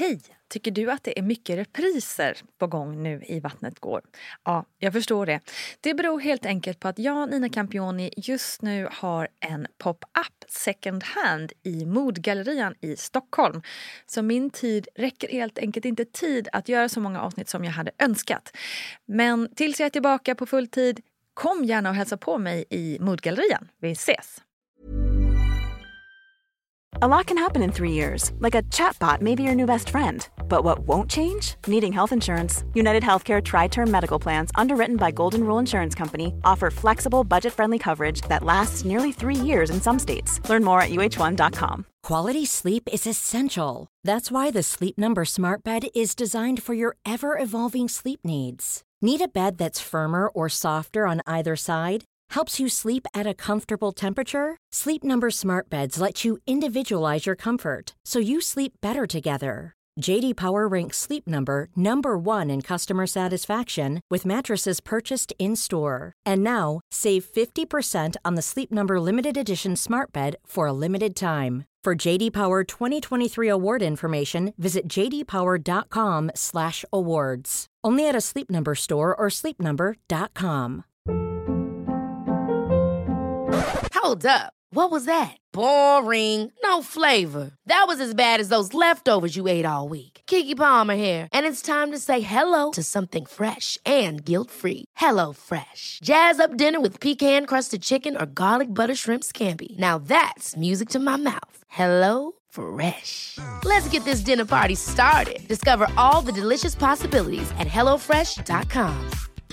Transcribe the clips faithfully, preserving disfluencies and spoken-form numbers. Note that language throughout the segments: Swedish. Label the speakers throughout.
Speaker 1: Hej! Tycker du att det är mycket repriser på gång nu i Vattnet går? Ja, jag förstår det. Det beror helt enkelt på att jag, Nina Campioni, just nu har en pop-up second hand i Modgallerian i Stockholm. Så min tid räcker helt enkelt inte tid att göra så många avsnitt som jag hade önskat. Men tills jag är tillbaka på full tid, kom gärna och hälsa på mig i Modgallerian. Vi ses!
Speaker 2: A lot can happen in three years, like a chatbot may be your new best friend. But what won't change? Needing health insurance. United Healthcare Tri-Term Medical Plans, underwritten by Golden Rule Insurance Company, offer flexible, budget-friendly coverage that lasts nearly three years in some states. Learn more at U H one dot com.
Speaker 3: Quality sleep is essential. That's why the Sleep Number Smart Bed is designed for your ever-evolving sleep needs. Need a bed that's firmer or softer on either side? Helps you sleep at a comfortable temperature? Sleep Number Smart Beds let you individualize your comfort, so you sleep better together. J D Power ranks Sleep Number number one in customer satisfaction with mattresses purchased in-store. And now, save fifty percent on the Sleep Number Limited Edition Smart Bed for a limited time. For J D Power twenty twenty-three award information, visit j d power dot com slash awards. Only at a Sleep Number store or sleep number dot com.
Speaker 4: Hold up. What was that? Boring. No flavor. That was as bad as those leftovers you ate all week. Keke Palmer here, and it's time to say hello to something fresh and guilt-free. Hello Fresh. Jazz up dinner with pecan-crusted chicken or garlic butter shrimp scampi. Now that's music to my mouth. Hello Fresh. Let's get this dinner party started. Discover all the delicious possibilities at hello fresh dot com.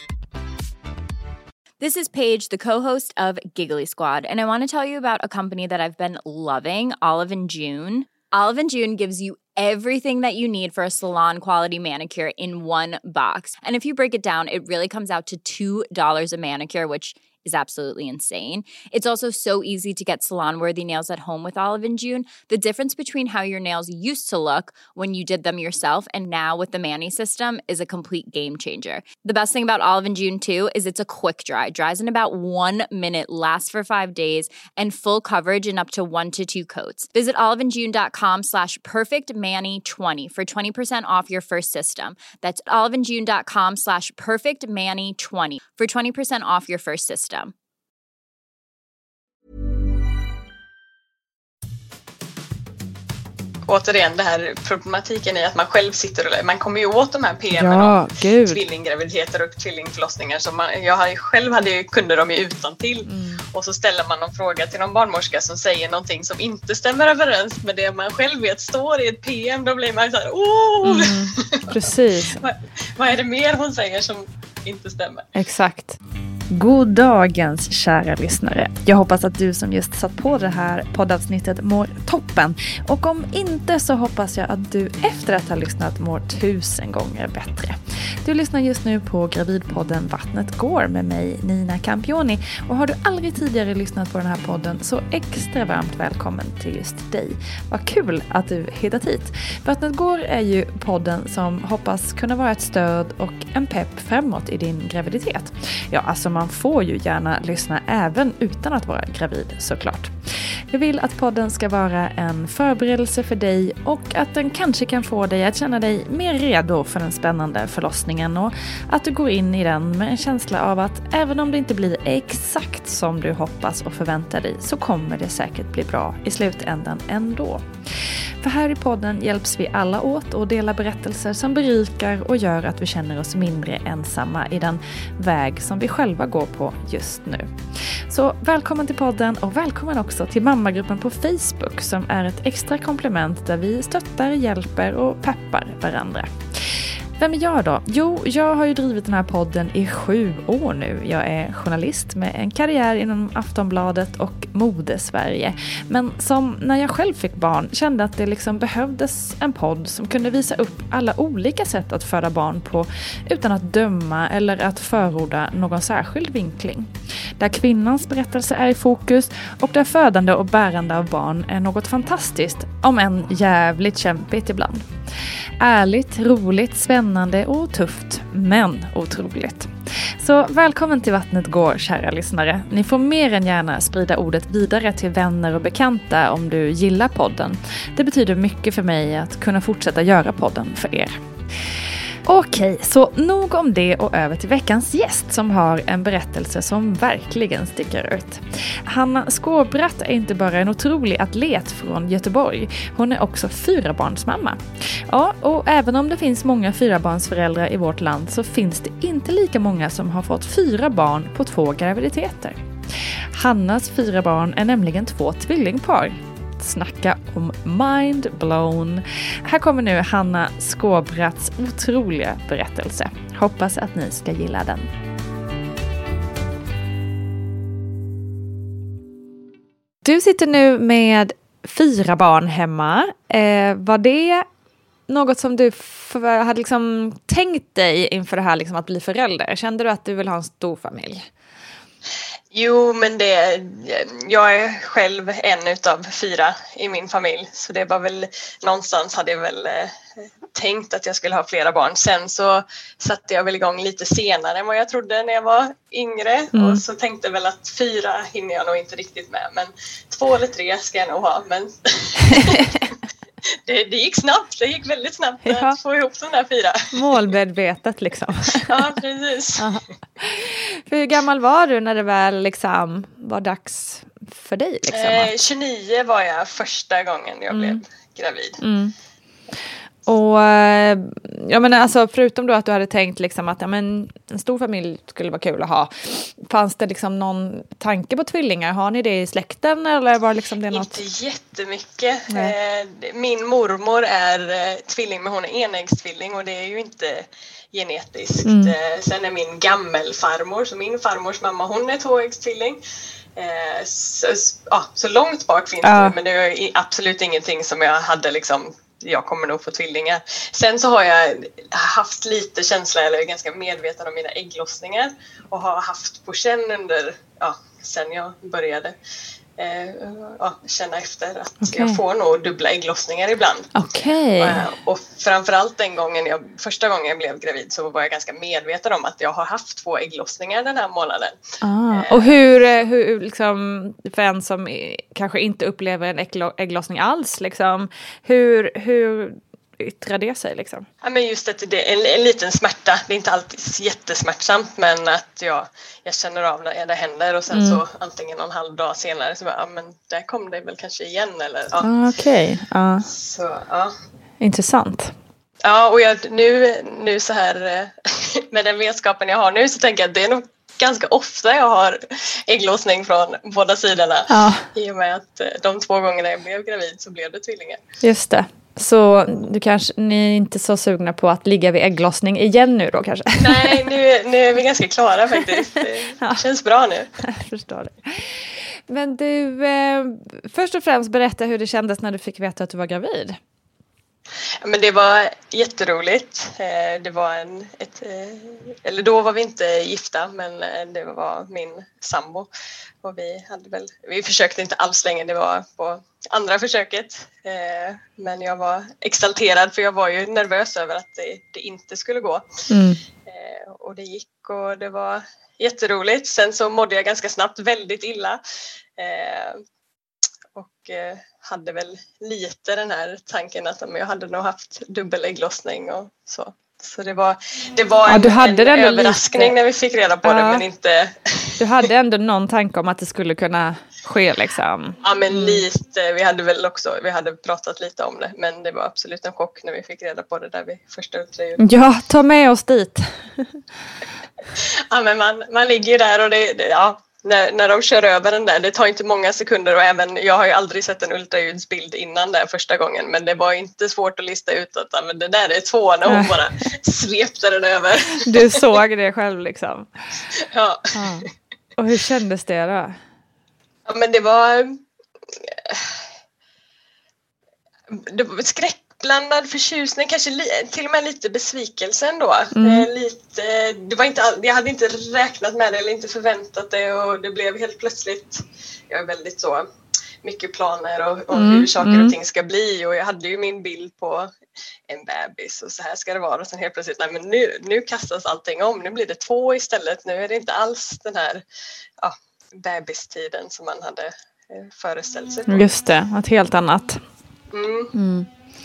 Speaker 5: This is Paige, the co-host of Giggly Squad, and I want to tell you about a company that I've been loving, Olive and June. Olive and June gives you everything that you need for a salon-quality manicure in one box. And if you break it down, it really comes out to two dollars a manicure, which is absolutely insane. It's also so easy to get salon-worthy nails at home with Olive and June. The difference between how your nails used to look when you did them yourself and now with the Mani system is a complete game changer. The best thing about Olive and June, too, is it's a quick dry. Dries in about one minute, lasts for five days, and full coverage in up to one to two coats. Visit oliveandjune.com slash perfectmani20 for twenty percent off your first system. That's oliveandjune.com slash perfectmani20 for twenty percent off your first system.
Speaker 6: Återigen, det här problematiken i att man själv sitter och man kommer ju åt de här P M:en
Speaker 1: Ja,
Speaker 6: om
Speaker 1: gud.
Speaker 6: tvillinggraviditeter och tvillingförlossningar. Så man, jag har ju, själv hade ju, kunde de ju utan till mm. och så ställer man en fråga till någon barnmorska som säger någonting som inte stämmer överens med det man själv vet står i ett P M. Då blir man så här, åh!
Speaker 1: Mm, precis.
Speaker 6: vad, vad är det mer hon säger som inte stämmer?
Speaker 1: Exakt. God dagens kära lyssnare. Jag hoppas att du som just satt på det här poddavsnittet mår toppen. Och om inte så hoppas jag att du efter att ha lyssnat mår tusen gånger bättre. Du lyssnar just nu på Gravidpodden Vattnet går med mig Nina Campioni. Och har du aldrig tidigare lyssnat på den här podden så extra varmt välkommen till just dig. Vad kul att du hittat hit. Vattnet går är ju podden som hoppas kunna vara ett stöd och en pepp framåt i din graviditet. Ja, alltså man får ju gärna lyssna även utan att vara gravid såklart. Jag vill att podden ska vara en förberedelse för dig och att den kanske kan få dig att känna dig mer redo för den spännande förlossningen och att du går in i den med en känsla av att även om det inte blir exakt som du hoppas och förväntar dig så kommer det säkert bli bra i slutändan ändå. För här i podden hjälps vi alla åt och delar berättelser som berikar och gör att vi känner oss mindre ensamma i den väg som vi själva går på just nu. Så välkommen till podden och välkommen också till mammagruppen på Facebook som är ett extra komplement där vi stöttar, hjälper och peppar varandra. Vem är jag då? Jo, jag har ju drivit den här podden i sju år nu. Jag är journalist med en karriär inom Aftonbladet och Modesverige. Men som när jag själv fick barn kände att det liksom behövdes en podd som kunde visa upp alla olika sätt att föda barn på utan att döma eller att förorda någon särskild vinkling. Där kvinnans berättelse är i fokus och där födande och bärande av barn är något fantastiskt, om än jävligt kämpigt ibland. Ärligt, roligt, spännande och tufft, men otroligt. Så välkommen till Vattnet går, kära lyssnare. Ni får mer än gärna sprida ordet vidare till vänner och bekanta om du gillar podden. Det betyder mycket för mig att kunna fortsätta göra podden för er. Okej, så nog om det och över till veckans gäst som har en berättelse som verkligen sticker ut. Hanna Skåbratt är inte bara en otrolig atlet från Göteborg, hon är också fyrabarnsmamma. Ja, och även om det finns många fyrabarnsföräldrar i vårt land så finns det inte lika många som har fått fyra barn på två graviditeter. Hannas fyra barn är nämligen två tvillingpar. Snacka om mind blown. Här kommer nu Hanna Skåbratts otroliga berättelse. Hoppas att ni ska gilla den. Du sitter nu med fyra barn hemma. Eh, var det något som du för, hade liksom tänkt dig inför det här liksom att bli förälder? Kände du att du vill ha en stor familj?
Speaker 6: Jo, men det, jag är själv en utav fyra i min familj. Så det var väl, någonstans hade jag väl eh, tänkt att jag skulle ha flera barn. Sen så satte jag väl igång lite senare än vad jag trodde när jag var yngre. Mm. Och så tänkte jag väl att fyra hinner jag nog inte riktigt med. Men två eller tre ska jag nog ha. Men det, det gick snabbt, det gick väldigt snabbt att ja. få ihop de där fyra.
Speaker 1: Målmedvetet liksom.
Speaker 6: Ja, precis.
Speaker 1: Aha. Hur gammal var du när det väl liksom var dags för dig? Liksom,
Speaker 6: eh, tjugonio var jag första gången jag mm. blev gravid.
Speaker 1: Mm. Och jag menar, alltså, förutom då att du hade tänkt liksom att ja, men, en stor familj skulle vara kul att ha. Fanns det liksom någon tanke på tvillingar? Har ni det i släkten? Eller var liksom det något?
Speaker 6: Inte jättemycket. Nej. Min mormor är tvilling, men hon är enäggstvilling och det är ju inte genetiskt. Mm. Sen är min gammelfarmor, så min farmors mamma, hon är tvåäggstvilling. Så, ja, så långt bak finns ja. det, men det är absolut ingenting som jag hade liksom, jag kommer nog få tvillingar. Sen så har jag haft lite känsla, eller är ganska medveten om mina ägglossningar och har haft på känn under, ja, sen jag började eh, ja, känna efter att okay. jag får nog dubbla ägglossningar ibland.
Speaker 1: Okay.
Speaker 6: Och, och framförallt den gången jag, första gången jag blev gravid så var jag ganska medveten om att jag har haft två ägglossningar den här månaden.
Speaker 1: Ah, eh, och hur, hur liksom, för en som kanske inte upplever en ägglo- ägglossning alls, liksom, hur, hur yttrar det sig liksom?
Speaker 6: Ja, men just att det är en, en liten smärta. Det är inte alltid jättesmärtsamt, men att jag, jag känner av när det händer och sen mm. så antingen en halv dag senare så bara, ja men där kom det väl kanske igen eller ja.
Speaker 1: Ah, okej. Okay. Ah.
Speaker 6: Så ja.
Speaker 1: Intressant.
Speaker 6: Ja, och jag, nu, nu så här med den vetskapen jag har nu så tänker jag att det är nog ganska ofta jag har ägglossning från båda sidorna. Ja. I och med att de två gångerna jag blev gravid så blev det tvillingar.
Speaker 1: Just det. Så du kanske, ni är inte så sugna på att ligga vid ägglossning igen nu då kanske?
Speaker 6: Nej, nu, nu är vi ganska klara faktiskt. Det ja. känns bra nu.
Speaker 1: Jag förstår det. Men du, eh, först och främst berätta hur det kändes när du fick veta att du var gravid.
Speaker 6: Men det var jätteroligt. Det var en, ett, eller då var vi inte gifta, men det var min sambo. Och vi hade väl, vi försökte inte alls länge, det var på andra försöket. Men jag var exalterad för jag var ju nervös över att det, det inte skulle gå. Mm. Och det gick och det var jätteroligt. Sen så mådde jag ganska snabbt väldigt illa. Och hade väl lite den här tanken att jag hade nog haft dubbelägglossning och så. Så det var, det var en, ja, en överraskning lite... när vi fick reda på ja. det, men inte...
Speaker 1: Du hade ändå någon tanke om att det skulle kunna ske liksom?
Speaker 6: Ja, men lite. Vi hade väl också, vi hade pratat lite om det, men det var absolut en chock när vi fick reda på det där vid första ultraljudet.
Speaker 1: Ja, ta med oss dit.
Speaker 6: Ja, men man, man ligger ju där och det, det ja... När, när de kör över den där, det tar inte många sekunder och även, jag har ju aldrig sett en ultraljudsbild innan där första gången, men det var inte svårt att lista ut att men det där är två när hon bara svepte den över.
Speaker 1: Du såg det själv liksom?
Speaker 6: Ja.
Speaker 1: ja. Och hur kändes det då?
Speaker 6: Ja, men det var det var skräck. Blandad förtjusning, kanske li- till och med lite besvikelse ändå. Mm. Eh, lite, det var inte all- jag hade inte räknat med det eller inte förväntat det och det blev helt plötsligt, jag är väldigt så mycket planer och, och
Speaker 1: Mm,
Speaker 6: hur saker
Speaker 1: mm.
Speaker 6: och ting ska bli. Och jag hade ju min bild på en bebis och så här ska det vara. Och sen helt plötsligt, nej men nu, nu kastas allting om. Nu blir det två istället. Nu är det inte alls den här ja, bebistiden som man hade eh, föreställt sig på.
Speaker 1: Just det, något helt annat.
Speaker 6: Mm.
Speaker 1: Mm.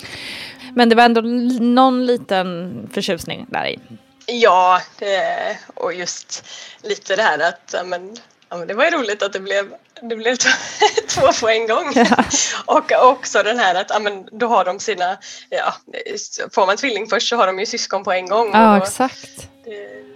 Speaker 1: Men det var ändå någon liten förtjusning där i.
Speaker 6: Ja, det, och just lite det här att ja, men, ja, men det var ju roligt att det blev, det blev t- två på en gång.
Speaker 1: Ja.
Speaker 6: Och också den här att ja, men, då har de sina, ja, får man tvilling först så har de ju syskon på en gång.
Speaker 1: Ja,
Speaker 6: och då,
Speaker 1: exakt.
Speaker 6: det,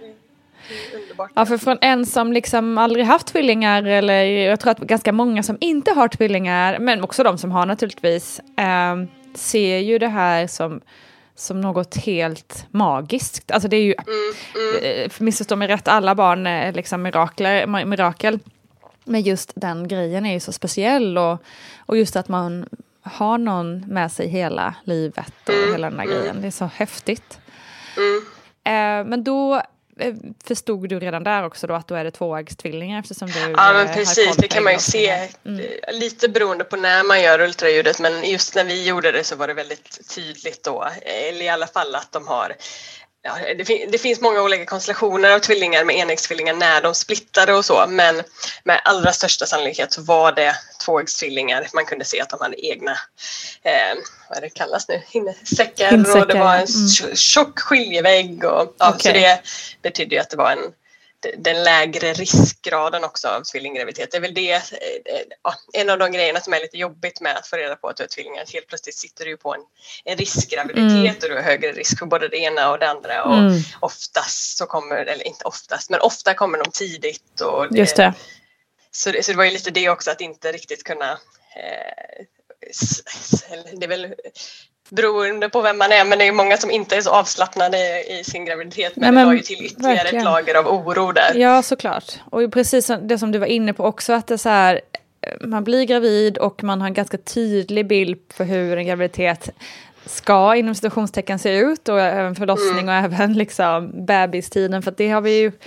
Speaker 6: det är underbart.
Speaker 1: Ja, för från en som liksom aldrig haft tvillingar, eller jag tror att ganska många som inte har tvillingar, men också de som har naturligtvis, eh, ser ju det här som som något helt magiskt. Alltså det är ju,
Speaker 6: Mm, mm.
Speaker 1: missförstå mig rätt, alla barn är liksom mirakler, mirakel. Men just den grejen är ju så speciell. Och, och just att man har någon med sig hela livet och
Speaker 6: Mm,
Speaker 1: hela den här
Speaker 6: mm.
Speaker 1: grejen. Det är så häftigt.
Speaker 6: Mm.
Speaker 1: Eh, men då eh, förstod du redan där också då att då är det tvåäggstvillingar eftersom du
Speaker 6: Ja, men
Speaker 1: eh,
Speaker 6: precis,
Speaker 1: har koll
Speaker 6: det
Speaker 1: på
Speaker 6: kan man ju
Speaker 1: ägglossningar.
Speaker 6: se
Speaker 1: Mm.
Speaker 6: lite beroende på när man gör ultraljudet, men just när vi gjorde det så var det väldigt tydligt då, eller i alla fall att de har, ja, det, fin- det finns många olika konstellationer av tvillingar med enäggstvillingar när de splittade och så, men med allra största sannolikhet så var det tvåäggstvillingar. Man kunde se att de hade egna, eh, vad det kallas nu, hinsäckar,
Speaker 1: Hinsäckar,
Speaker 6: och det var en
Speaker 1: mm.
Speaker 6: tjock skiljevägg och ja,
Speaker 1: Okej.
Speaker 6: så det betyder ju att det var en den lägre riskgraden också av tvillinggraviditet. Det är väl det, eh, ja, en av de grejerna som är lite jobbigt med att få reda på att du har tvillingar. Helt plötsligt sitter du på en, en riskgraviditet mm. och du har högre risk för både det ena och det andra. Och
Speaker 1: Mm.
Speaker 6: oftast så kommer, eller inte oftast, men ofta kommer de tidigt. Och det,
Speaker 1: Just det.
Speaker 6: Så, det, så det var ju lite det också, att inte riktigt kunna, eh, s- s- det är väl beroende på vem man är, men det är många som inte är så avslappnade i sin graviditet, men,
Speaker 1: Nej, men
Speaker 6: det var ju till ytterligare
Speaker 1: verkligen.
Speaker 6: ett lager av oro där.
Speaker 1: Ja, såklart. Och precis som det som du var inne på också, att det är så här, man blir gravid och man har en ganska tydlig bild för hur en graviditet ska inom situationstecken se ut, och även förlossning mm. och även liksom bebistiden, för att det har vi ju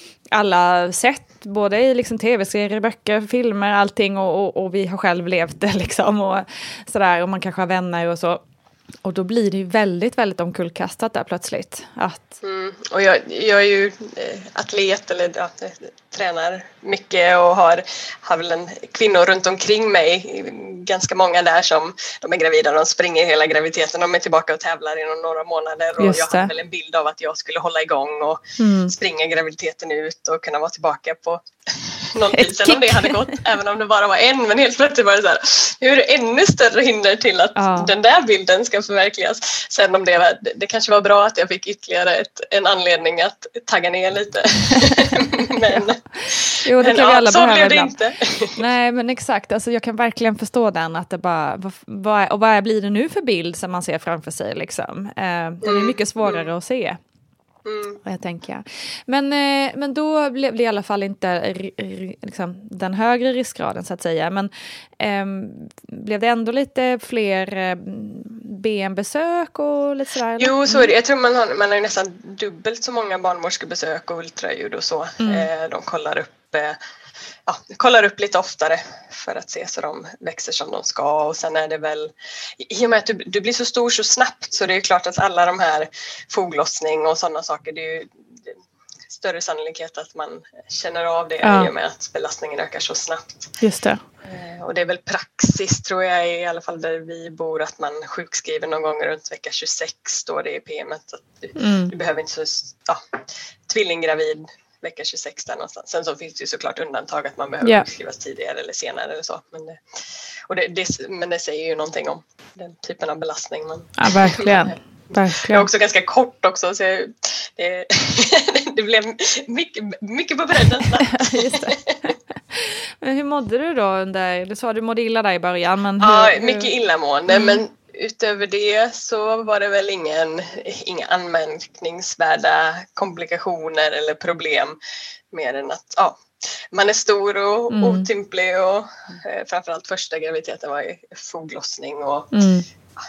Speaker 1: alla sett, både i liksom tv-serier, böcker, filmer, allting, och, och, och vi har själv levt det liksom, och sådär, och man kanske har vänner och så. Och då blir det ju väldigt, väldigt omkullkastat där plötsligt. Att...
Speaker 6: Mm. Och jag, jag är ju eh, atlet, eller ja, tränar mycket och har, har väl en kvinnor runt omkring mig, ganska många där som de är gravida, de springer hela graviditeten, de är tillbaka och tävlar inom några månader, och
Speaker 1: Just
Speaker 6: jag
Speaker 1: det.
Speaker 6: hade väl en bild av att jag skulle hålla igång och
Speaker 1: Mm.
Speaker 6: springa graviditeten ut och kunna vara tillbaka på någon tid sen om det hade gått, även om det bara var en, men helt plötsligt var det så här, nu är det ännu större hinder till att
Speaker 1: Ja.
Speaker 6: den där bilden ska förverkligas. Sen om det var, det kanske var bra att jag fick ytterligare ett, en anledning att tagga ner lite. men
Speaker 1: Jo, det
Speaker 6: men
Speaker 1: kan vi
Speaker 6: ja,
Speaker 1: alla
Speaker 6: så
Speaker 1: behöva
Speaker 6: blev det
Speaker 1: ibland.
Speaker 6: inte.
Speaker 1: Nej, men exakt. Alltså, jag kan verkligen förstå den, att det bara, vad, vad, och vad blir det nu för bild som man ser framför sig liksom? Eh, den är
Speaker 6: Mm,
Speaker 1: mycket svårare
Speaker 6: mm.
Speaker 1: att se.
Speaker 6: Mm.
Speaker 1: Jag tänker. Men, eh, men då blev det i alla fall inte r- r- liksom, den högre riskgraden så att säga. Men ehm, blev det ändå lite fler eh, benbesök och lite sådär? eller?
Speaker 6: Jo, så är det. Jag tror man har, man har ju nästan dubbelt så många barnmorskebesök och ultraljud och så.
Speaker 1: Mm.
Speaker 6: Eh, de kollar upp, eh, ja, kollar upp lite oftare för att se så de växer som de ska. Och sen är det väl, i och med att du, du blir så stor så snabbt, så det är klart att alla de här foglossning och sådana saker, det är ju det är större sannolikhet att man känner av det
Speaker 1: Ja.
Speaker 6: i och med att belastningen ökar så snabbt.
Speaker 1: Just det.
Speaker 6: Eh, Och det är väl praxis, tror jag, i alla fall där vi bor, att man sjukskriver någon gång runt vecka tjugosex, står det i P M:et. Att du,
Speaker 1: Mm.
Speaker 6: du behöver inte så, ja, tvillinggravid vecka tjugosex där någonstans. Sen så finns det ju såklart undantag att man behöver
Speaker 1: Ja.
Speaker 6: sjukskrivas tidigare eller senare eller så. Men det, och det, det, men det säger ju någonting om den typen av belastning. Man,
Speaker 1: Ja, verkligen.
Speaker 6: Jag
Speaker 1: verkligen.
Speaker 6: är också ganska kort också, så jag, det, det blev mycket, mycket på bredden snabbt.
Speaker 1: Just det. Men hur mådde du då under, du sa att du mådde illa där i början, men hur,
Speaker 6: Ja,
Speaker 1: hur-
Speaker 6: mycket illamående,
Speaker 1: Mm.
Speaker 6: men utöver det så var det väl ingen, inga anmärkningsvärda komplikationer eller problem, mer än att ja, man är stor och
Speaker 1: Mm.
Speaker 6: otymplig, och eh, framförallt första graviditeten var ju foglossning och
Speaker 1: Mm.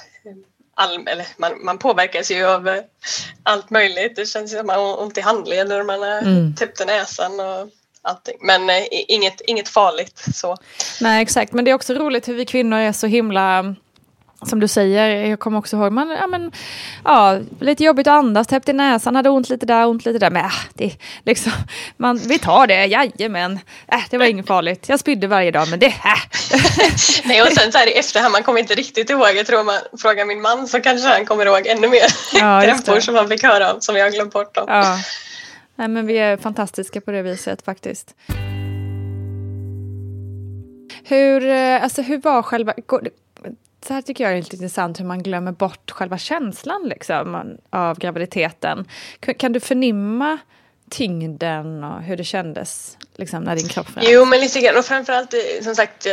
Speaker 6: all, eller man, man påverkas ju av eh, allt möjligt. Det känns som att man har ont i handleder, man har
Speaker 1: Mm.
Speaker 6: täppt i näsan och allting. Men eh, inget, inget farligt så.
Speaker 1: Nej, exakt. Men det är också roligt hur vi kvinnor är så himla... Som du säger, jag kommer också ihåg, man, ja, men, ja, lite jobbigt att andas, täppt i näsan, hade ont lite där, ont lite där, men äh, det, liksom, man, vi tar det, jajamän, äh, det var inget farligt, jag spydde varje dag, men det, äh.
Speaker 6: Nej, och sen så här i efterhand, man kommer inte riktigt ihåg, jag tror man frågar min man så kanske han kommer ihåg ännu mer
Speaker 1: ja,
Speaker 6: krämpor som man fick höra om, som jag har glömt bort om.
Speaker 1: Ja. Nej, men vi är fantastiska på det viset faktiskt. Hur, alltså hur var själva... Så här tycker jag är lite intressant hur man glömmer bort själva känslan liksom, av graviditeten. Kan du förnimma tyngden och hur det kändes liksom, när din kropp förändrades?
Speaker 6: Jo, men lite grann. Och framförallt som sagt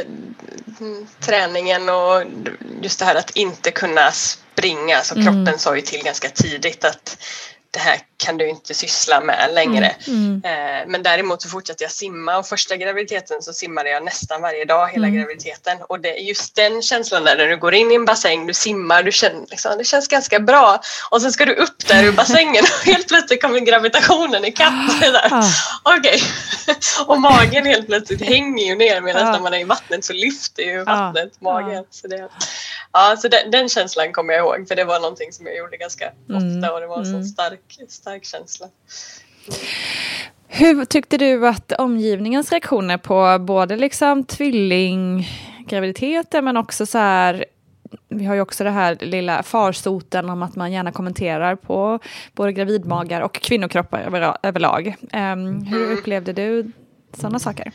Speaker 6: träningen och just det här att inte kunna springa. Så kroppen mm. sa ju till ganska tidigt att det här kan du inte syssla med längre. Mm. Mm. Eh, men däremot så fortsatte jag simma och första graviditeten så simmade jag nästan varje dag hela mm. graviditeten. Och det är just den känslan där när du går in i en bassäng, du simmar, du känner liksom, det känns ganska bra. Och sen ska du upp där ur bassängen och helt plötsligt kommer gravitationen i kapp. Ah. Okej. Okay. Och magen helt plötsligt hänger ju ner medan ah. när man är i vattnet så lyfter ju vattnet ah. magen. Så det, ja, så den, den känslan kommer jag ihåg för det var någonting som jag gjorde ganska mm. ofta och det var en mm. sån stark stark känsla. Mm.
Speaker 1: Hur tyckte du att omgivningens reaktioner på både liksom tvillinggraviditeten men också så här, vi har ju också det här lilla farsoten om att man gärna kommenterar på både gravidmagar och kvinnokroppar över, överlag. Um, hur mm. upplevde du sådana saker?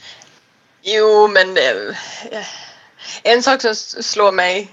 Speaker 6: Jo, men det, en sak som slår mig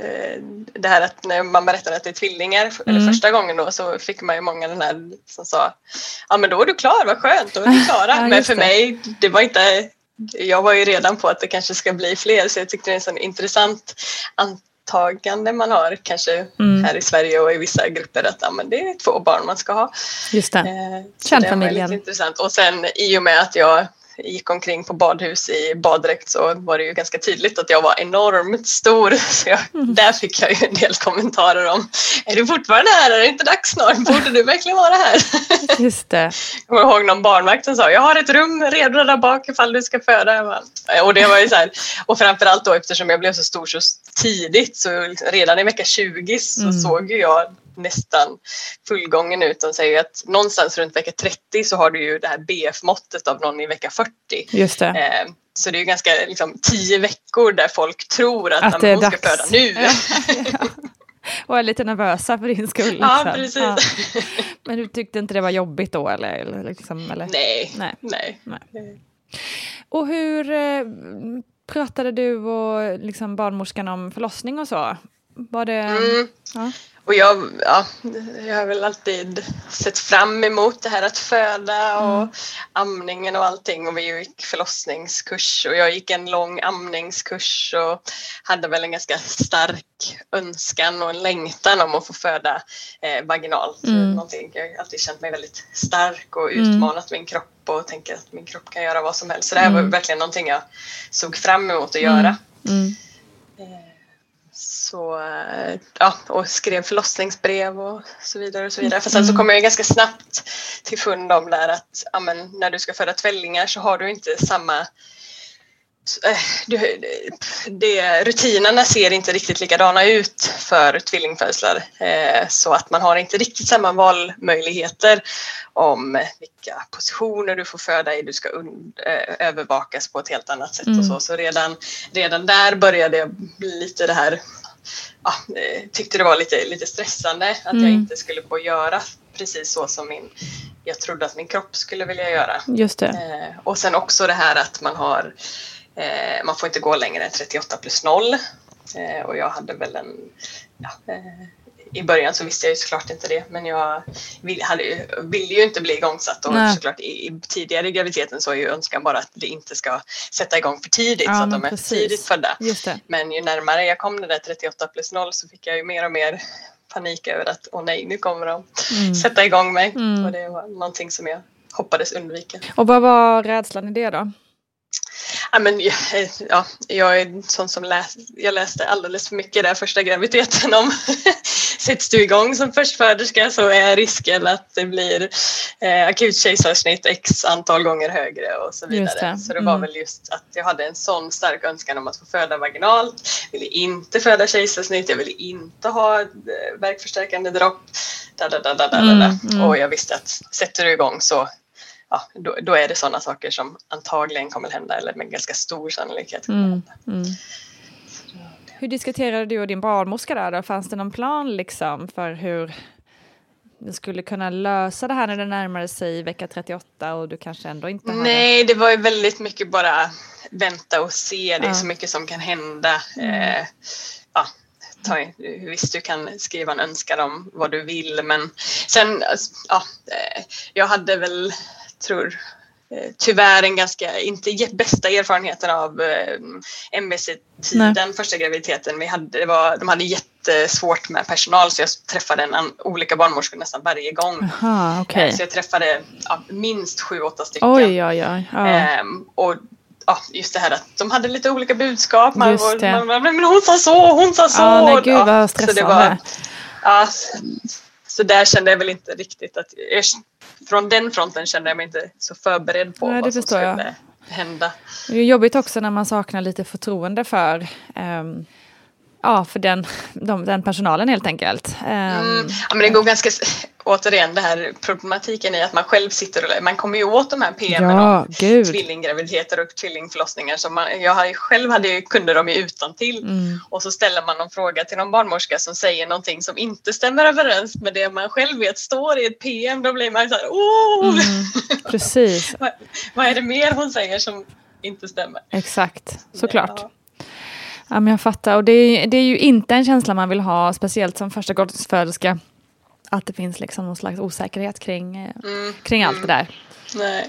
Speaker 6: det här att när man berättade att det är tvillingar mm. eller första gången då så fick man ju många den här som sa ja men då är du klar, vad skönt, då är du klara. Ja, men för det. mig, det var inte, jag var ju redan på att det kanske ska bli fler så jag tyckte det är en sån intressant antagande man har kanske mm. här i Sverige och i vissa grupper att ja, men det är två barn man ska ha.
Speaker 1: Just det,
Speaker 6: eh,
Speaker 1: kärnfamiljen.
Speaker 6: Det var lite intressant och sen i och med att jag gick omkring på badhus i baddräkt så var det ju ganska tydligt att jag var enormt stor. Så jag, mm. där fick jag ju en del kommentarer om är du fortfarande här? Är det inte dags snart? Borde du verkligen vara här?
Speaker 1: Just det.
Speaker 6: Jag kommer ihåg någon barnvakt som sa jag har ett rum redo där bak ifall du ska föda. Och det var ju så här, och framförallt då eftersom jag blev så stor så tidigt så redan i vecka tjugo så mm. såg ju jag nästan fullgången ut. De säger att någonstans runt vecka trettio så har du ju det här B F-måttet av någon i vecka fyrtio.
Speaker 1: Just det.
Speaker 6: Eh, så det är ju ganska liksom, tio veckor där folk tror att,
Speaker 1: att det är
Speaker 6: hon ska
Speaker 1: dags.
Speaker 6: Föda nu.
Speaker 1: Ja. Och är lite nervösa för din skull.
Speaker 6: Ja, precis. Ja.
Speaker 1: Men du tyckte inte det var jobbigt då? Eller, eller, liksom, eller?
Speaker 6: Nej.
Speaker 1: Nej.
Speaker 6: Nej.
Speaker 1: Nej. Och hur eh, pratade du och liksom, barnmorskan om förlossning och så? Var det...
Speaker 6: Mm.
Speaker 1: Ja.
Speaker 6: Och jag, ja, jag har väl alltid sett fram emot det här att föda och mm. amningen och allting. Och vi gick förlossningskurs och jag gick en lång amningskurs och hade väl en ganska stark önskan och en längtan om att få föda eh, vaginalt. Mm. Någonting. Jag har alltid känt mig väldigt stark och utmanat mm. min kropp och tänker att min kropp kan göra vad som helst. Så det här mm. var verkligen någonting jag såg fram emot att
Speaker 1: mm.
Speaker 6: göra.
Speaker 1: Mm.
Speaker 6: Eh, Så, ja, och skrev förlossningsbrev och så vidare och så vidare. För sen så kom jag ganska snabbt till fund om där att ja, men, när du ska föda tvällingar så har du inte samma... Äh, du, det, rutinerna ser inte riktigt likadana ut för tvillingfödslar. Eh, så att man har inte riktigt samma valmöjligheter om vilka positioner du får föda i. Du ska und, eh, övervakas på ett helt annat sätt. Mm. Och så. Så redan, redan där började jag bli lite det här... Ja, tyckte det var lite, lite stressande att mm. jag inte skulle få göra precis så som min, jag trodde att min kropp skulle vilja göra.
Speaker 1: Just det.
Speaker 6: Eh, och sen också det här att man har eh, man får inte gå längre än trettioåtta plus noll eh, och jag hade väl en ja, eh, i början så visste jag ju såklart inte det men jag vill, hade, ville ju inte bli igångsatt och Nej. såklart i, i tidigare i graviditeten så är ju önskan bara att det inte ska sätta igång för tidigt ja, så att de är för tidigt födda. Men ju närmare jag kom det där trettioåtta plus noll så fick jag ju mer och mer panik över att åh nej, nu kommer de mm. sätta igång mig mm. och det var någonting som jag hoppades undvika.
Speaker 1: Och vad var rädslan i det då?
Speaker 6: Ja, men, ja, jag är sån som läs, jag läste alldeles för mycket där första graviditeten om sätts du igång som förstföderska så är risken att det blir eh, akut kejsarsnitt x antal gånger högre och så vidare. Det. Så det var mm. väl just att jag hade en sån stark önskan om att få föda vaginalt. Jag ville inte föda kejsarsnitt, jag ville inte ha eh, värkförstärkande dropp. Da, da, da, da, da, mm, da. Mm. Och jag visste att sätter du igång så ja, då, då är det sådana saker som antagligen kommer hända eller med ganska stor sannolikhet kommer hända. Mm, mm.
Speaker 1: Hur diskuterade du och din barnmorska där då? Fanns det någon plan liksom för hur du skulle kunna lösa det här när det närmade sig vecka trettioåtta och du kanske ändå inte hade...
Speaker 6: Nej, det var ju väldigt mycket bara vänta och se. Det är ja. så mycket som kan hända. Mm. Eh, ja, ta, visst, du kan skriva en önskan om vad du vill. Men sen, ja, jag hade väl, tror tyvärr en ganska, inte bästa erfarenheten av eh, M V C-tiden, första graviditeten. Vi hade, det var, de hade jättesvårt med personal så jag träffade en, an, olika barnmorskor nästan varje gång.
Speaker 1: Aha, okay.
Speaker 6: Så jag träffade ja, minst sju, åtta stycken.
Speaker 1: Oj, oj, oj. Ja.
Speaker 6: Ehm, och ja, just det här att de hade lite olika budskap. Man var, man, men hon sa så, hon sa så.
Speaker 1: Ja, nej, gud vad stressande.
Speaker 6: Så det var, ja, så där kände jag väl inte riktigt att jag, från den fronten kände jag mig inte så förberedd på. Nej, vad som skulle jag. hända.
Speaker 1: Det är jobbigt också när man saknar lite förtroende för um, ja, för den, de, den personalen helt enkelt. Um,
Speaker 6: mm, ja, men det går ganska, återigen det här problematiken i att man själv sitter och man kommer ju åt de här P M:en
Speaker 1: ja,
Speaker 6: om
Speaker 1: Gud.
Speaker 6: tvillinggraviditeter och tvillingförlossningar. Så man, jag har ju, själv hade ju, kunde dem ju utan till mm. och så ställer man en fråga till någon barnmorska som säger någonting som inte stämmer överens med det man själv vet står i ett P M. Då blir man så här, åh!
Speaker 1: Mm, precis.
Speaker 6: vad, vad är det mer hon säger som inte stämmer?
Speaker 1: Exakt, såklart. Ja. Ja, men jag fattar. Och det är, det är ju inte en känsla man vill ha, speciellt som första gångsföderska, att det finns liksom någon slags osäkerhet kring, mm, kring mm. allt det där.
Speaker 6: Nej.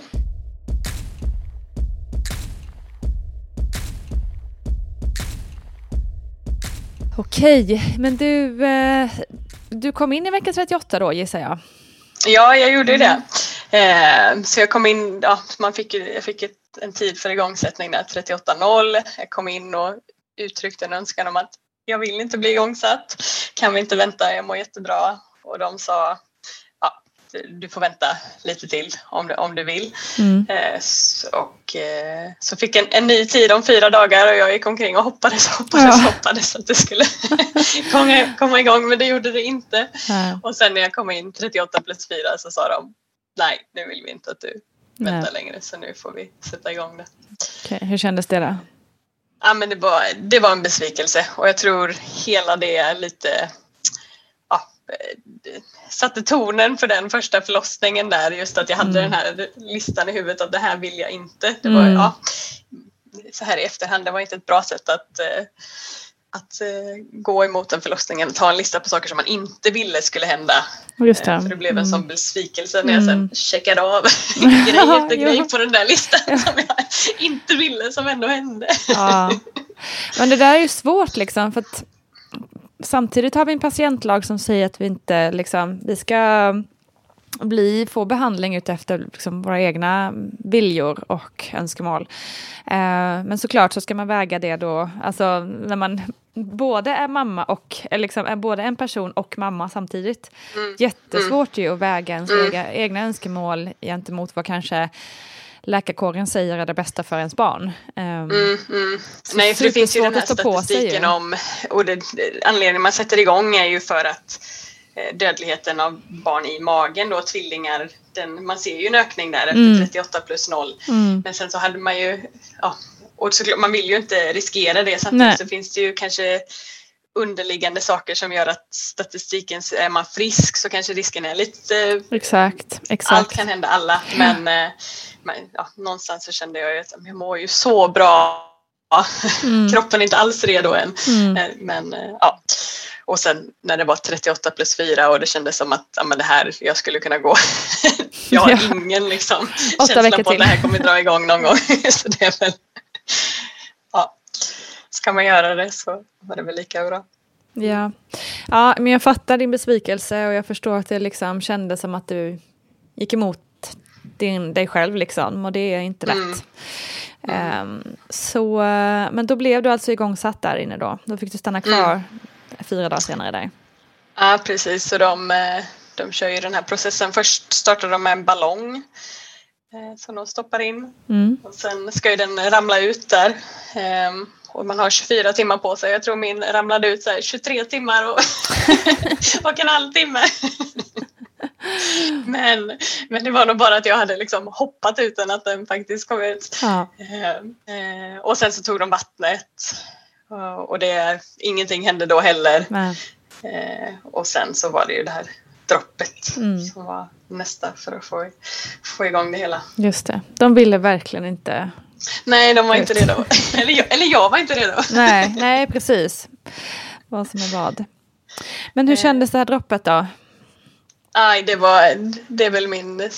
Speaker 1: Okej, men du, eh, du kom in i vecka trettioåtta då, gissar jag.
Speaker 6: Ja, jag gjorde det. Eh, så jag kom in, ja, man fick, jag fick ett, en tid för igångsättning där, trettioåtta noll. Jag kom in och uttryckte en önskan om att jag vill inte bli igångsatt. Kan vi inte vänta, jag mår jättebra. Och de sa, ja, du får vänta lite till om du, om du vill. Mm. Eh, så, och eh, så fick en, en ny tid om fyra dagar och jag gick omkring och hoppades, hoppades, ja. hoppades att det skulle komma, komma igång, men det gjorde det inte. Ja. Och sen när jag kom in trettioåtta plus fyra så sa de, nej, nu vill vi inte att du väntar nej. längre, så nu får vi sätta igång det.
Speaker 1: Okay. Hur kändes det då?
Speaker 6: Ja, men det var, det var en besvikelse och jag tror hela det är lite, ja, satte tonen för den första förlossningen där, just att jag hade mm. den här listan i huvudet av det här vill jag inte. Det var, mm. ja, så här i efterhand, det var inte ett bra sätt att, att gå emot en förlossning och ta en lista på saker som man inte ville skulle hända.
Speaker 1: Just det.
Speaker 6: För det blev en
Speaker 1: mm.
Speaker 6: sån besvikelse när jag sen checkade av grej efter grej på den där listan ja. som jag inte ville, som ändå hände.
Speaker 1: Ja. Men det där är ju svårt liksom, för att samtidigt har vi en patientlag som säger att vi inte liksom, vi ska bli, få behandling utefter liksom våra egna viljor och önskemål. Eh, men såklart så ska man väga det då, alltså när man både är mamma och är liksom är både en person och mamma samtidigt. Mm. Jättesvårt ju att väga ens mm. egna, egna önskemål gentemot vad kanske läkarkåren säger är det bästa för ens barn. Um,
Speaker 6: mm, mm. Nej, för det finns ju den här statistiken om, och det, anledningen man sätter igång är ju för att eh, dödligheten av barn i magen då, tvillingar, den, man ser ju en ökning där efter mm. trettioåtta plus noll. Mm. Men sen så hade man ju, ja, och så, man vill ju inte riskera det, samtidigt Nej. så finns det ju kanske underliggande saker som gör att statistiken, är man frisk så kanske risken är lite,
Speaker 1: exakt, exakt.
Speaker 6: allt kan hända alla, men, eh, men ja, någonstans så kände jag att jag mår ju så bra, mm. kroppen är inte alls redo än, mm. men ja, och sen när det var trettioåtta plus fyra och det kändes som att ja, men det här, jag skulle kunna gå jag har ja. ingen liksom känsla på att det här kommer dra igång någon gång så det är väl ja, ska man göra det så var det väl lika bra.
Speaker 1: Ja. Ja, men jag fattar din besvikelse och jag förstår att det liksom kändes som att du gick emot din, dig själv liksom, och det är inte lätt. Mm. Mm. Um, så, men då blev du alltså igångsatt där inne då. Då fick du stanna kvar mm. fyra dagar senare där.
Speaker 6: Ja, precis. Så de, de kör ju den här processen. Först startar de med en ballong som de stoppar in. Mm. Och sen ska ju den ramla ut där. Och man har tjugofyra timmar på sig. Jag tror min ramlade ut så här tjugotre timmar och, och en halv timme. men, men det var nog bara att jag hade liksom hoppat utan att den faktiskt kom ut. Ja. Och sen så tog de vattnet. Och det, ingenting hände då heller. Nej. Eh, och sen så var det ju det här droppet mm. som var nästa för att få, få igång det hela.
Speaker 1: Just det. De ville verkligen inte...
Speaker 6: Nej, de var ut. inte redo. eller, jag, eller jag var inte redo.
Speaker 1: nej, nej, precis. Vad som är vad. Men hur kändes det här droppet då?
Speaker 6: Aj, det var... Det är väl min... Det,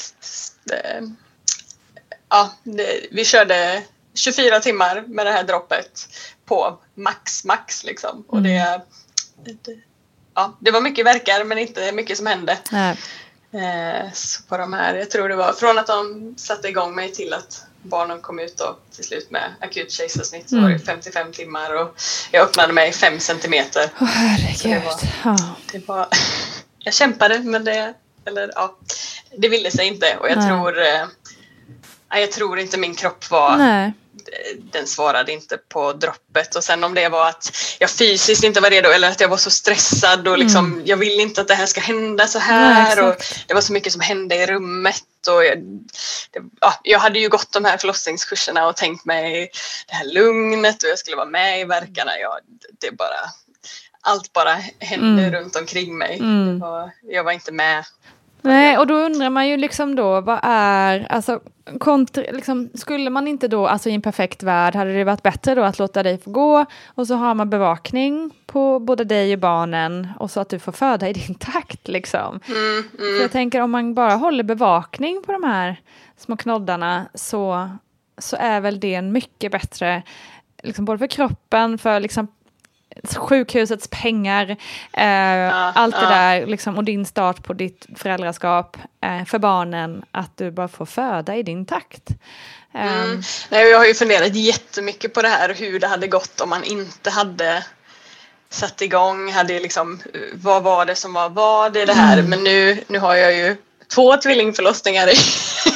Speaker 6: ja, det, vi körde tjugofyra timmar med det här droppet på max, max liksom. Och det... det Ja, det var mycket verkar men inte mycket som hände. Nej. Eh, så på de här, jag tror det var från att de satte igång mig till att barnen kom ut då, till slut med akut kejsarsnitt så mm. var det femtiofem timmar och jag öppnade mig fem centimeter.
Speaker 1: Åh, herregud.
Speaker 6: Det var, ja. det var, jag kämpade men det, eller, ja, det ville sig inte och jag Nej. tror eh, jag tror inte min kropp var... Nej. Den svarade inte på droppet och sen om det var att jag fysiskt inte var redo eller att jag var så stressad och liksom mm. jag vill inte att det här ska hända så här ja, och det var så mycket som hände i rummet och jag, det, ja, jag hade ju gått de här förlossningskurserna och tänkt mig det här lugnet och jag skulle vara med i verkarna. Ja, det bara allt bara hände mm. runt omkring mig. Mm. Det var, jag var inte med.
Speaker 1: Nej, och då undrar man ju liksom då, vad är, alltså, kontra, liksom, skulle man inte då, alltså i en perfekt värld, hade det varit bättre då att låta dig få gå och så har man bevakning på både dig och barnen och så att du får föda i din takt liksom. Mm, mm. Så jag tänker om man bara håller bevakning på de här små knoddarna så, så är väl det en mycket bättre, liksom både för kroppen, för liksom sjukhusets pengar, eh, ja, allt det ja. där liksom, och din start på ditt föräldraskap eh, för barnen, att du bara får föda i din takt.
Speaker 6: Mm. Um, Nej, jag har ju funderat jättemycket på det här, hur det hade gått om man inte hade satt igång, hade liksom, vad var det som var vad i det här, mm. men nu, nu har jag ju två tvillingförlossningar i,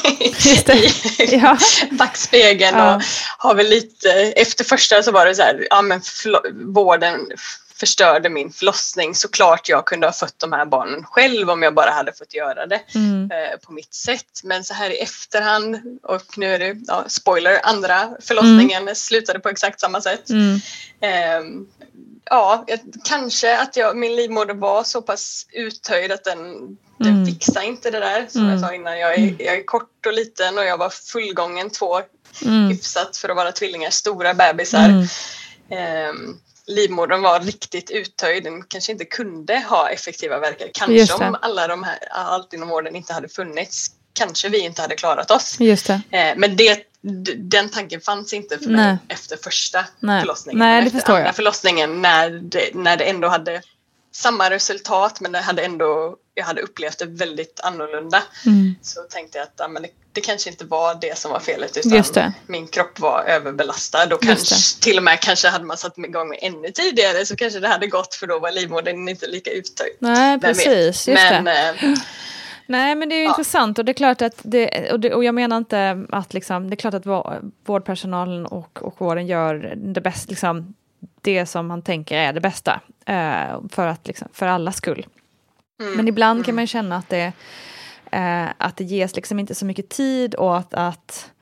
Speaker 6: i ja. backspegeln ja. och har väl lite, efter första så var det så här, ja men förlo- vården förstörde min förlossning, såklart jag kunde ha fött de här barnen själv om jag bara hade fått göra det mm. eh, på mitt sätt, men så här i efterhand och nu är det, ja, spoiler, andra förlossningen mm. slutade på exakt samma sätt. Mm. Eh, ja, jag, kanske att jag, min livmoder var så pass uttöjd att den Den mm. fixar inte det där som mm. jag sa innan. Jag är, jag är kort och liten och jag var fullgången två mm. hyfsat för att vara tvillingar, stora bebisar. Mm. Eh, livmodern var riktigt uttöjd. Den kanske inte kunde ha effektiva verkar. Kanske om alla de här, allt inom vården inte hade funnits. Kanske vi inte hade klarat oss.
Speaker 1: Just det.
Speaker 6: Eh, men det, den tanken fanns inte för mig Nej. efter första
Speaker 1: Nej.
Speaker 6: förlossningen.
Speaker 1: Nej, det
Speaker 6: efter
Speaker 1: förstår
Speaker 6: andra
Speaker 1: jag.
Speaker 6: förlossningen när det, när det ändå hade samma resultat, men det hade ändå, jag hade upplevt det väldigt annorlunda. Mm. Så tänkte jag att ja, men det, det kanske inte var det som var felet, utan min kropp var överbelastad. Och kanske, till och med kanske hade man satt igång med ännu tidigare så kanske det hade gått, för då var livmodern inte lika uttöjd.
Speaker 1: Nej, precis. Just
Speaker 6: men,
Speaker 1: det. Äh, Nej, men det är ju ja. intressant och det är klart att det, och, det, och jag menar inte att liksom, det är klart att vårdpersonalen och, och vården gör det bästa, liksom, det som man tänker är det bästa eh, för att liksom, för allas skull. Mm. Men ibland mm. kan man känna att det eh, att det ges liksom inte så mycket tid åt att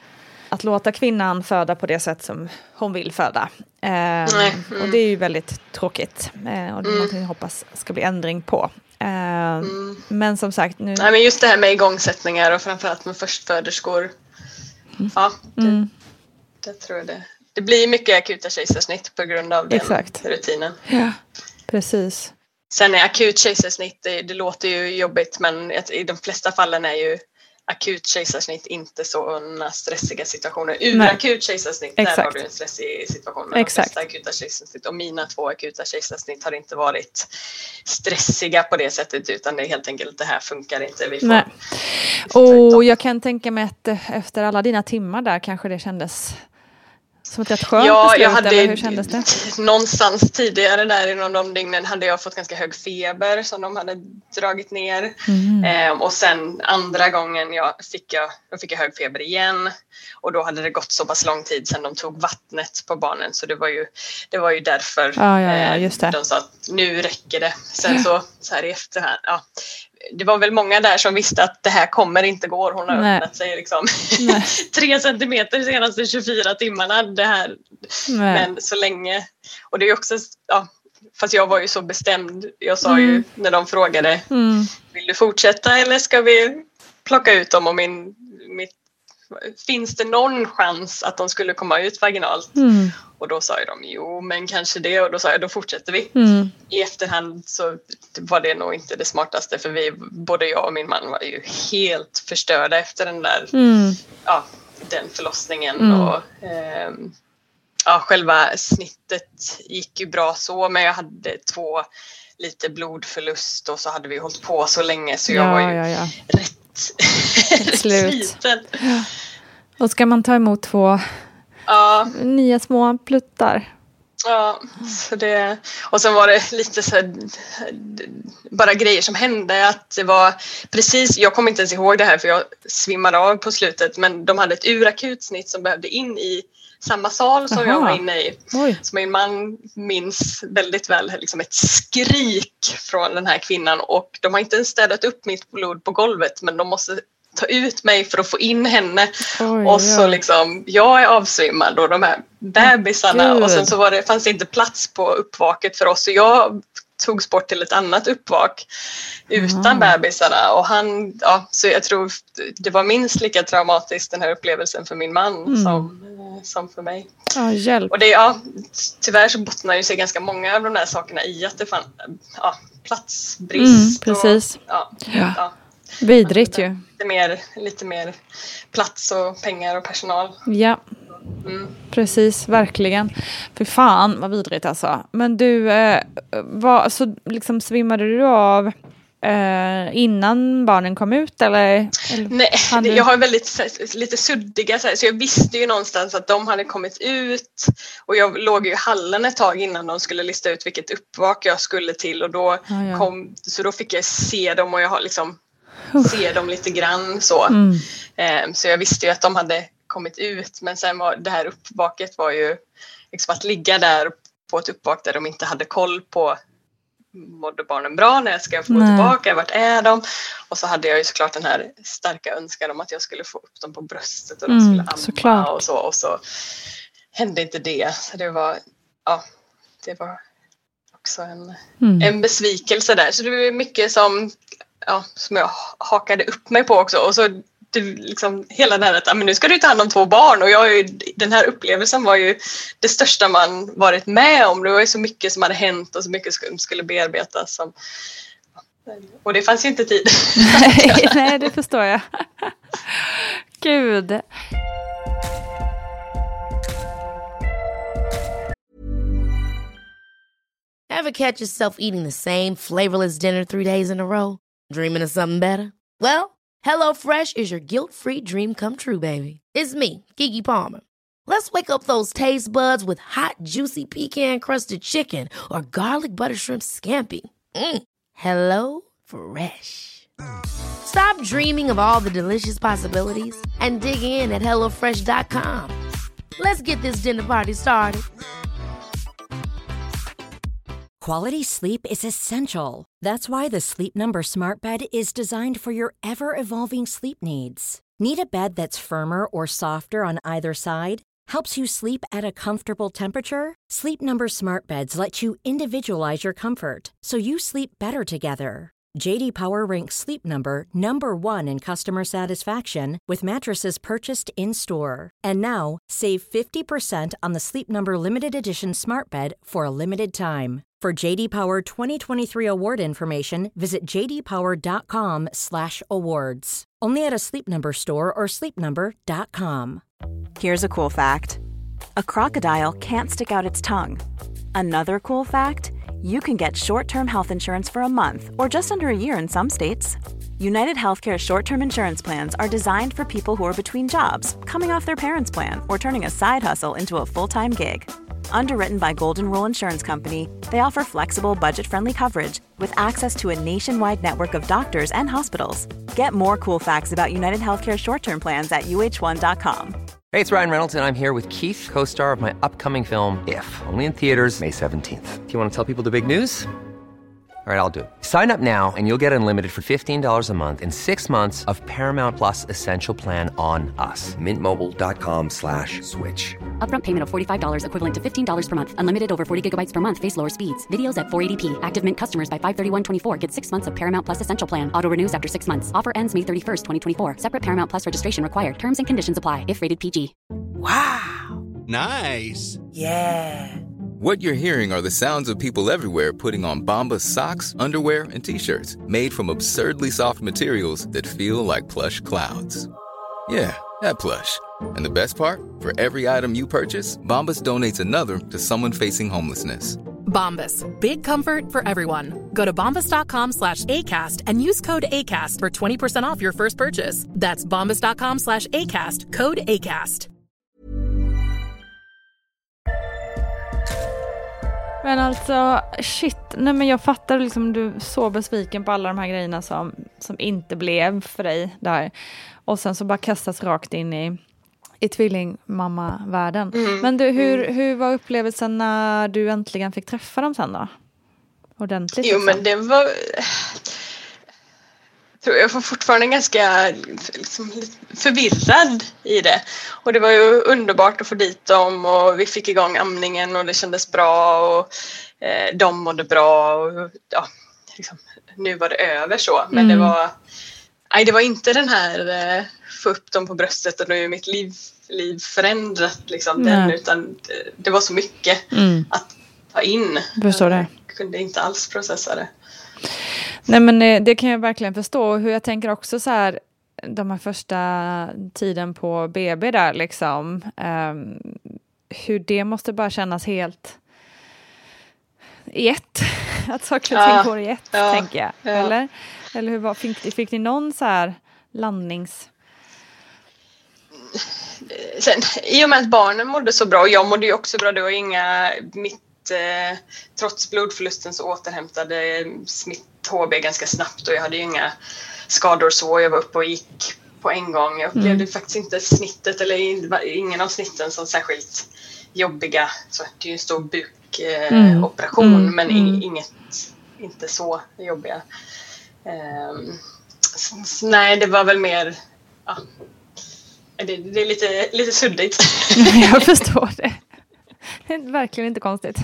Speaker 1: att låta kvinnan föda på det sätt som hon vill föda. Eh, mm. Och det är ju väldigt tråkigt eh, och det är mm. något jag hoppas ska bli ändring på. Uh, mm. Men som sagt nu...
Speaker 6: Nej, men just det här med igångsättningar och framförallt med förstföderskor. Mm. Ja, det, mm. det tror jag det. Det blir mycket akuta kejsarsnitt på grund av den Exakt. rutinen.
Speaker 1: Ja, precis.
Speaker 6: Sen är akut kejsarsnitt, det, det låter ju jobbigt, men i de flesta fallen är ju akut kejsarsnitt inte sådana stressiga situationer. Ur Nej. akut kejsarsnitt, Exakt. där har du en stressig situation. Men Exakt. de flesta akuta kejsarsnitt, och mina två akuta kejsarsnitt har inte varit stressiga på det sättet, utan det är helt enkelt, det här funkar inte. Vi får,
Speaker 1: Nej. Vi får och jag kan tänka mig att efter alla dina timmar där kanske det kändes Som ett rätt skönt
Speaker 6: ja,
Speaker 1: beslut,
Speaker 6: jag hade,
Speaker 1: eller hur kändes det?
Speaker 6: Någonstans tidigare där inom de dygnen hade jag fått ganska hög feber som de hade dragit ner. Mm. Eh, och sen andra gången jag fick, jag, då fick jag hög feber igen. Och då hade det gått så pass lång tid sedan de tog vattnet på barnen. Så det var ju, det var ju därför
Speaker 1: ja, ja, ja, just det.
Speaker 6: Eh, de sa att nu räcker det. Sen så, så här i efterhand, ja. Det var väl många där som visste att det här kommer inte gå. Hon har Nej. öppnat sig liksom tre centimeter senaste tjugofyra timmarna. Det här. Men så länge. Och det är också, ja, fast jag var ju så bestämd. Jag sa mm. ju när de frågade, mm. vill du fortsätta eller ska vi plocka ut dem? Och min, mitt, finns det någon chans att de skulle komma ut vaginalt? Mm. Och då sa de, jo men kanske det. Och då sa jag, då fortsätter vi. Mm. I efterhand så var det nog inte det smartaste. För vi, både jag och min man var ju helt förstörda efter den där, mm. ja, den förlossningen. Mm. Och eh, ja, själva snittet gick ju bra så. Men jag hade två lite blodförlust. Och så hade vi hållit på så länge. Så jag
Speaker 1: ja,
Speaker 6: var ju
Speaker 1: ja, ja.
Speaker 6: rätt sliten.
Speaker 1: Ja. Och ska man ta emot två...
Speaker 6: Ja.
Speaker 1: Nya små pluttar.
Speaker 6: Ja, så det, och sen var det lite så här, bara grejer som hände, att det var precis, jag kommer inte ens ihåg det här för jag svimmade av på slutet, men de hade ett urakutsnitt som behövde in i samma sal som Aha. jag var inne i. Oj. Så min man minns väldigt väl liksom ett skrik från den här kvinnan, och de har inte ens städat upp mitt blod på golvet, men de måste ta ut mig för att få in henne. Oj, och så ja. liksom, jag är avsvimmad och de här bebisarna. Gud. Och sen så var det, fanns det inte plats på uppvaket för oss. Så jag togs bort till ett annat uppvak utan mm. bebisarna. Och han, ja, så jag tror det var minst lika traumatiskt den här upplevelsen för min man mm. som, som för mig.
Speaker 1: Ja, hjälp.
Speaker 6: Och det, ja, tyvärr så bottnar ju sig ganska många av de här sakerna i att det fanns ja, platsbrist.
Speaker 1: Mm, precis.
Speaker 6: Och, ja, ja. ja.
Speaker 1: Vidrigt ju.
Speaker 6: Lite mer, lite mer plats och pengar och personal.
Speaker 1: Ja, mm. precis, verkligen. För fan vad vidrigt alltså. Men du, eh, vad, så liksom svimmade du av eh, innan barnen kom ut? Eller, eller
Speaker 6: Nej,
Speaker 1: du...
Speaker 6: jag har väldigt lite suddiga så, här, så jag visste ju någonstans att de hade kommit ut. Och jag låg ju i hallen ett tag innan de skulle lista ut vilket uppvak jag skulle till. Och då ah, ja. kom, så då fick jag se dem och jag har liksom se dem lite grann så. Mm. Eh, så jag visste ju att de hade kommit ut, men sen var det här uppvaket var ju liksom att ligga där på ett uppvak där de inte hade koll på mådde barnen bra, när jag ska få Nej. tillbaka, vart är de? Och så hade jag ju såklart den här starka önskan om att jag skulle få upp dem på bröstet och de skulle amma såklart. och så, och så hände inte det. Så det var, ja, det var också en, mm. en besvikelse där. Så det var mycket som Ja, som jag hakade upp mig på också. Och så det, liksom, hela det här att men nu ska du ta hand om två barn. Och jag är ju, den här upplevelsen var ju det största man varit med om. Det var ju så mycket som hade hänt och så mycket som skulle bearbetas. Som, och det fanns ju inte tid.
Speaker 1: nej, nej, det förstår jag. Gud.
Speaker 4: Ever catch yourself eating the same flavorless dinner three days in a row? Dreaming of something better? Well, HelloFresh is your guilt-free dream come true, baby. It's me, Keke Palmer. Let's wake up those taste buds with hot, juicy pecan-crusted chicken or garlic butter shrimp scampi. Mm. Hello Fresh. Stop dreaming of all the delicious possibilities and dig in at hello fresh dot com. Let's get this dinner party started.
Speaker 3: Quality sleep is essential. That's why the Sleep Number Smart Bed is designed for your ever-evolving sleep needs. Need a bed that's firmer or softer on either side? Helps you sleep at a comfortable temperature? Sleep Number Smart Beds let you individualize your comfort, so you sleep better together. J D Power ranks Sleep Number number one in customer satisfaction with mattresses purchased in-store. And now, save fifty percent on the Sleep Number Limited Edition Smart Bed for a limited time. For J D Power twenty twenty-three award information, visit j d power dot com slash awards. Only at a Sleep Number store or sleep number dot com.
Speaker 2: Here's a cool fact. A crocodile can't stick out its tongue. Another cool fact, you can get short-term health insurance for a month or just under a year in some states. United Healthcare short-term insurance plans are designed for people who are between jobs, coming off their parents' plan, or turning a side hustle into a full-time gig. Underwritten by Golden Rule Insurance Company, they offer flexible, budget-friendly coverage with access to a nationwide network of doctors and hospitals. Get more cool facts about United Healthcare short-term plans at U H one dot com.
Speaker 7: Hey, it's Ryan Reynolds, and I'm here with Keith, co-star of my upcoming film, If, only in theaters May seventeenth. Do you want to tell people the big news? All right, I'll do it. Sign up now and you'll get unlimited for fifteen dollars a month and six months of Paramount Plus Essential Plan on us. Mint Mobile dot com slash switch.
Speaker 8: Upfront payment of forty-five dollars equivalent to fifteen dollars per month. Unlimited over forty gigabytes per month. Face lower speeds. Videos at four eighty p. Active Mint customers by five thirty-one twenty-four get six months of Paramount Plus Essential Plan. Auto renews after six months. Offer ends May thirty-first, twenty twenty-four. Separate Paramount Plus registration required. Terms and conditions apply if rated P G.
Speaker 9: Wow.
Speaker 10: Nice.
Speaker 9: Yeah.
Speaker 10: What you're hearing are the sounds of people everywhere putting on Bombas socks, underwear, and T-shirts made from absurdly soft materials that feel like plush clouds. Yeah, that plush. And the best part? For every item you purchase, Bombas donates another to someone facing homelessness.
Speaker 11: Bombas. Big comfort for everyone. Go to bombas.com slash ACAST and use code ACAST for twenty percent off your first purchase. That's bombas.com slash ACAST. Code ACAST.
Speaker 1: Men alltså, shit. Nej, men jag fattar liksom, du är så besviken på alla de här grejerna som, som inte blev för dig där. Och sen så bara kastas rakt in i, i tvillingmamma-världen. Mm. Men du, hur, hur var upplevelsen när du äntligen fick träffa dem sen då? Ordentligt.
Speaker 6: Jo,
Speaker 1: liksom.
Speaker 6: men det var... tror jag var fortfarande ganska liksom, förvirrad i det. Och det var ju underbart att få dit dem och vi fick igång amningen och det kändes bra och eh, de mådde bra och ja, liksom, nu var det över så. Men mm. det var nej, det var inte den här eh, få upp dem på bröstet och nu är mitt liv, liv förändrat liksom, den, utan det, det var så mycket mm. att ta in.
Speaker 1: Förstår det.
Speaker 6: Jag kunde inte alls processa det.
Speaker 1: Nej, men det kan jag verkligen förstå. Hur jag tänker också så här, de här första tiden på B B där liksom, um, hur det måste bara kännas helt i ett. Att saker och ting ja, går i ett, ja, tänker jag. Ja. Eller? Eller hur var, fick, fick ni någon så här landnings...
Speaker 6: Sen, i och med att barnen mådde så bra, och jag mådde ju också bra, det var inga mitt Eh, trots blodförlusten så återhämtade mitt H B ganska snabbt och jag hade ju inga skador så, jag var uppe och gick på en gång. Jag upplevde mm. faktiskt inte snittet eller ingen av snitten som särskilt jobbiga, så det är ju en stor bukoperation eh, mm. men mm. inget, inte så jobbiga. Eh, så, nej, det var väl mer ja, det, det är lite, lite suddigt.
Speaker 1: Jag förstår det. Det är verkligen inte konstigt.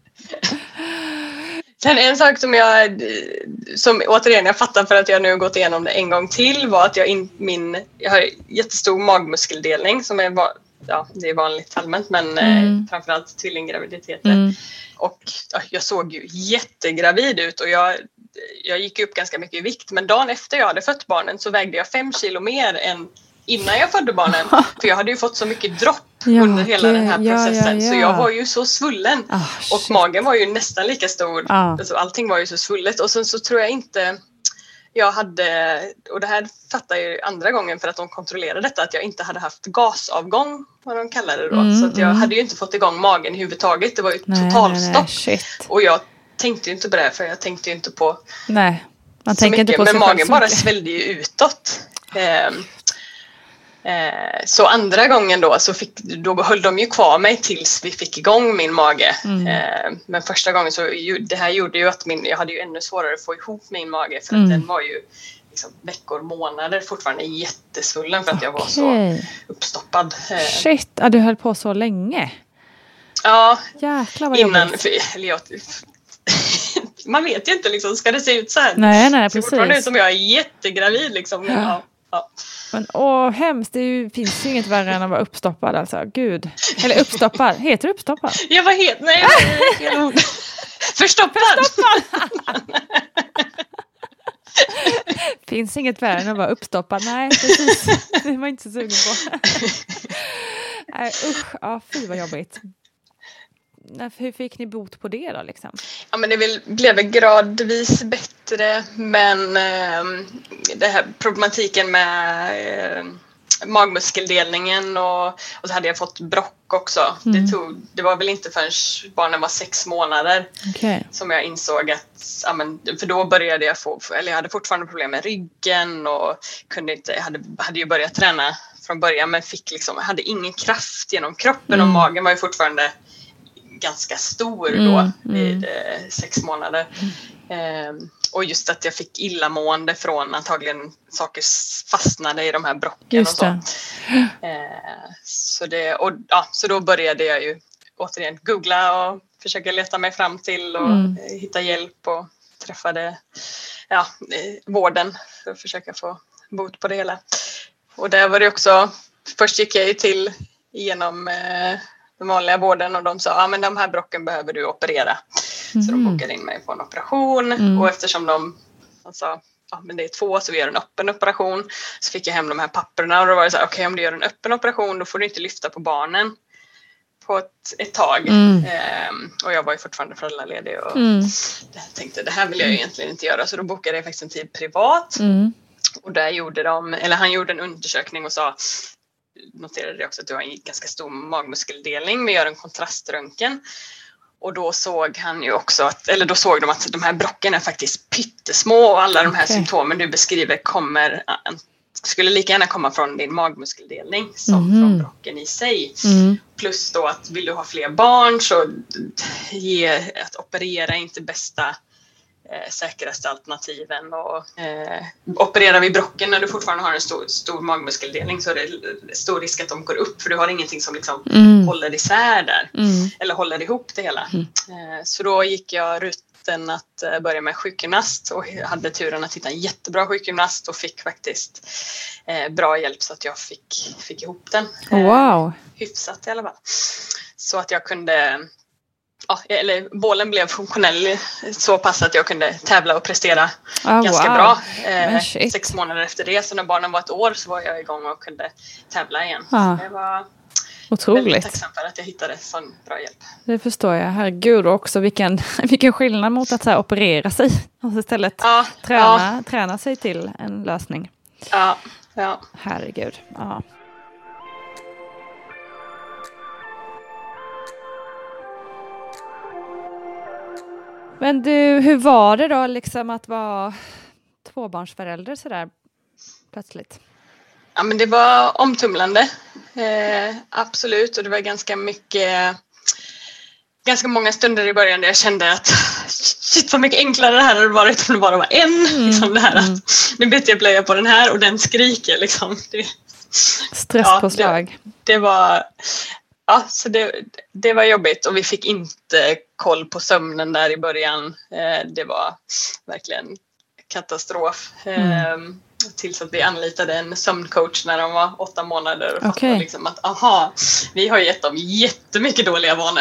Speaker 6: Sen en sak som jag som återigen jag fattar för att jag nu gått igenom det en gång till var att jag in, min jag har jättestor magmuskeldelning som är ja, det är vanligt allmänt men mm. eh, framförallt tvillinggraviditeter. Mm. Och ja, jag såg ju jättegravid ut och jag jag gick upp ganska mycket i vikt, men dagen efter jag hade fött barnen så vägde jag fem kilo mer än innan jag födde barnen. För jag hade ju fått så mycket dropp ja, under hela den här processen. Ja, ja, ja. Så jag var ju så svullen. Oh, och magen var ju nästan lika stor. Oh. Alltså, allting var ju så svullet. Och sen så tror jag inte jag hade, och det här fattar jag ju andra gången för att de kontrollerade detta, att jag inte hade haft gasavgång, vad de kallade det då. Mm, så att jag mm. hade ju inte fått igång magen i huvudtaget. Det var ju nej, totalstopp. Nej, nej, och jag tänkte ju inte på det, för jag tänkte ju inte på
Speaker 1: nej, man tänker mycket, inte på
Speaker 6: men magen bara svällde ju utåt. Um, Eh, så andra gången då så fick, då höll de ju kvar mig tills vi fick igång min mage. Mm. Eh, men första gången så det här gjorde ju att min, jag hade ju ännu svårare att få ihop min mage för att mm. den var ju liksom veckor, månader fortfarande jättesvullen för att jag var okay. så uppstoppad. Eh,
Speaker 1: Shit, ja, du höll på så länge.
Speaker 6: Ja,
Speaker 1: jäklar vad
Speaker 6: innan för, eller jag, man vet ju inte liksom, ska det se ut så här?
Speaker 1: Nej, nej,
Speaker 6: det
Speaker 1: precis.
Speaker 6: Fortfarande som jag är jättegravid liksom. Ja. Ja. Ja.
Speaker 1: Men åh, hemskt, det är ju, finns ju inget värre än att vara uppstoppad alltså, gud. Eller uppstoppad, heter det uppstoppad?
Speaker 6: Jag var helt, nej, jag var helt förstoppad. Förstoppad.
Speaker 1: Finns inget värre än att vara uppstoppad, nej precis, det var inte så sugen på. Nej, usch, ja, fy vad jobbigt. hur fick ni bot på det då liksom?
Speaker 6: Ja, men det vill, blev gradvis bättre, men eh, det här problematiken med eh, magmuskeldelningen och, och så hade jag fått brock också. Mm. Det, tog, det var väl inte förrän barnen var sex månader
Speaker 1: okay.
Speaker 6: som jag insåg att, ja, men, för då började jag få, eller jag hade fortfarande problem med ryggen och kunde inte, jag hade, hade ju börjat träna från början men fick liksom, hade ingen kraft genom kroppen mm. och magen var ju fortfarande ganska stor då mm. vid eh, sex månader. Mm. Eh, och just att jag fick illamående från antagligen saker fastnade i de här brocken och så. Eh, så, det, och, ja, så då började jag ju återigen googla och försöka leta mig fram till och mm. eh, hitta hjälp och träffade ja, eh, vården för att försöka få bot på det hela. Och där var det också, först gick jag ju till igenom eh, den vanliga vården och de sa, ja men de här brocken behöver du operera. Mm. Så de bokade in mig på en operation mm. och eftersom de, de sa, ja men det är två så vi gör en öppen operation, så fick jag hem de här papperna och då var det så här, okej okay, om du gör en öppen operation då får du inte lyfta på barnen på ett, ett tag. Mm. Ehm, och jag var ju fortfarande föräldraledig och mm. tänkte det här vill jag ju egentligen inte göra, så då bokade jag faktiskt en tid privat. Mm. Och där gjorde de, eller han gjorde en undersökning och sa, noterade det också att du har en ganska stor magmuskeldelning. Vi gör en kontraströntgen. Och då såg han ju också att, eller då såg de att de här brocken är faktiskt pyttesmå och alla de här okay. symptomen du beskriver kommer, skulle lika gärna komma från din magmuskeldelning som mm. från brocken i sig. Mm. Plus då att vill du ha fler barn så ge, att operera är inte bästa Eh, säkraste alternativen och eh, opererar vi brocken när du fortfarande har en stor, stor magmuskeldelning så är det stor risk att de går upp för du har ingenting som liksom mm. håller isär där mm. eller håller ihop det hela. Mm. Eh, så då gick jag rutten att eh, börja med sjukgymnast och hade turen att hitta en jättebra sjukgymnast och fick faktiskt eh, bra hjälp så att jag fick, fick ihop den.
Speaker 1: Eh, wow.
Speaker 6: Hyfsat i alla fall. Så att jag kunde Ja, eller bålen blev funktionell så pass att jag kunde tävla och prestera oh, ganska wow. bra. Eh, sex månader efter det, så när barnen var ett år så var jag igång och kunde tävla igen. Ah. Så det var
Speaker 1: otroligt.
Speaker 6: Väldigt tacksam för att jag hittade sån bra hjälp.
Speaker 1: Det förstår jag. Herregud också vilken, vilken skillnad mot att så här, operera sig och istället ja, träna, ja. träna sig till en lösning.
Speaker 6: Ja, ja.
Speaker 1: Herregud, ja. Men du, hur var det då liksom att vara tvåbarnsförälder sådär plötsligt?
Speaker 6: Ja, men det var omtumlande. Eh, absolut. Och det var ganska mycket, ganska många stunder i början där jag kände att shit vad mycket enklare det här hade varit om det bara var en. Mm. Liksom det här att mm. nu byter jag blöja på den här och den skriker liksom. Det,
Speaker 1: Stresspåslag.
Speaker 6: Ja, det, det var... Ja, så det, det var jobbigt och vi fick inte koll på sömnen där i början. Eh, det var verkligen katastrof. Mm. Eh, tills att vi anlitade en sömncoach när de var åtta månader och fattade okay. liksom att aha, vi har gett dem jättemycket dåliga vanor.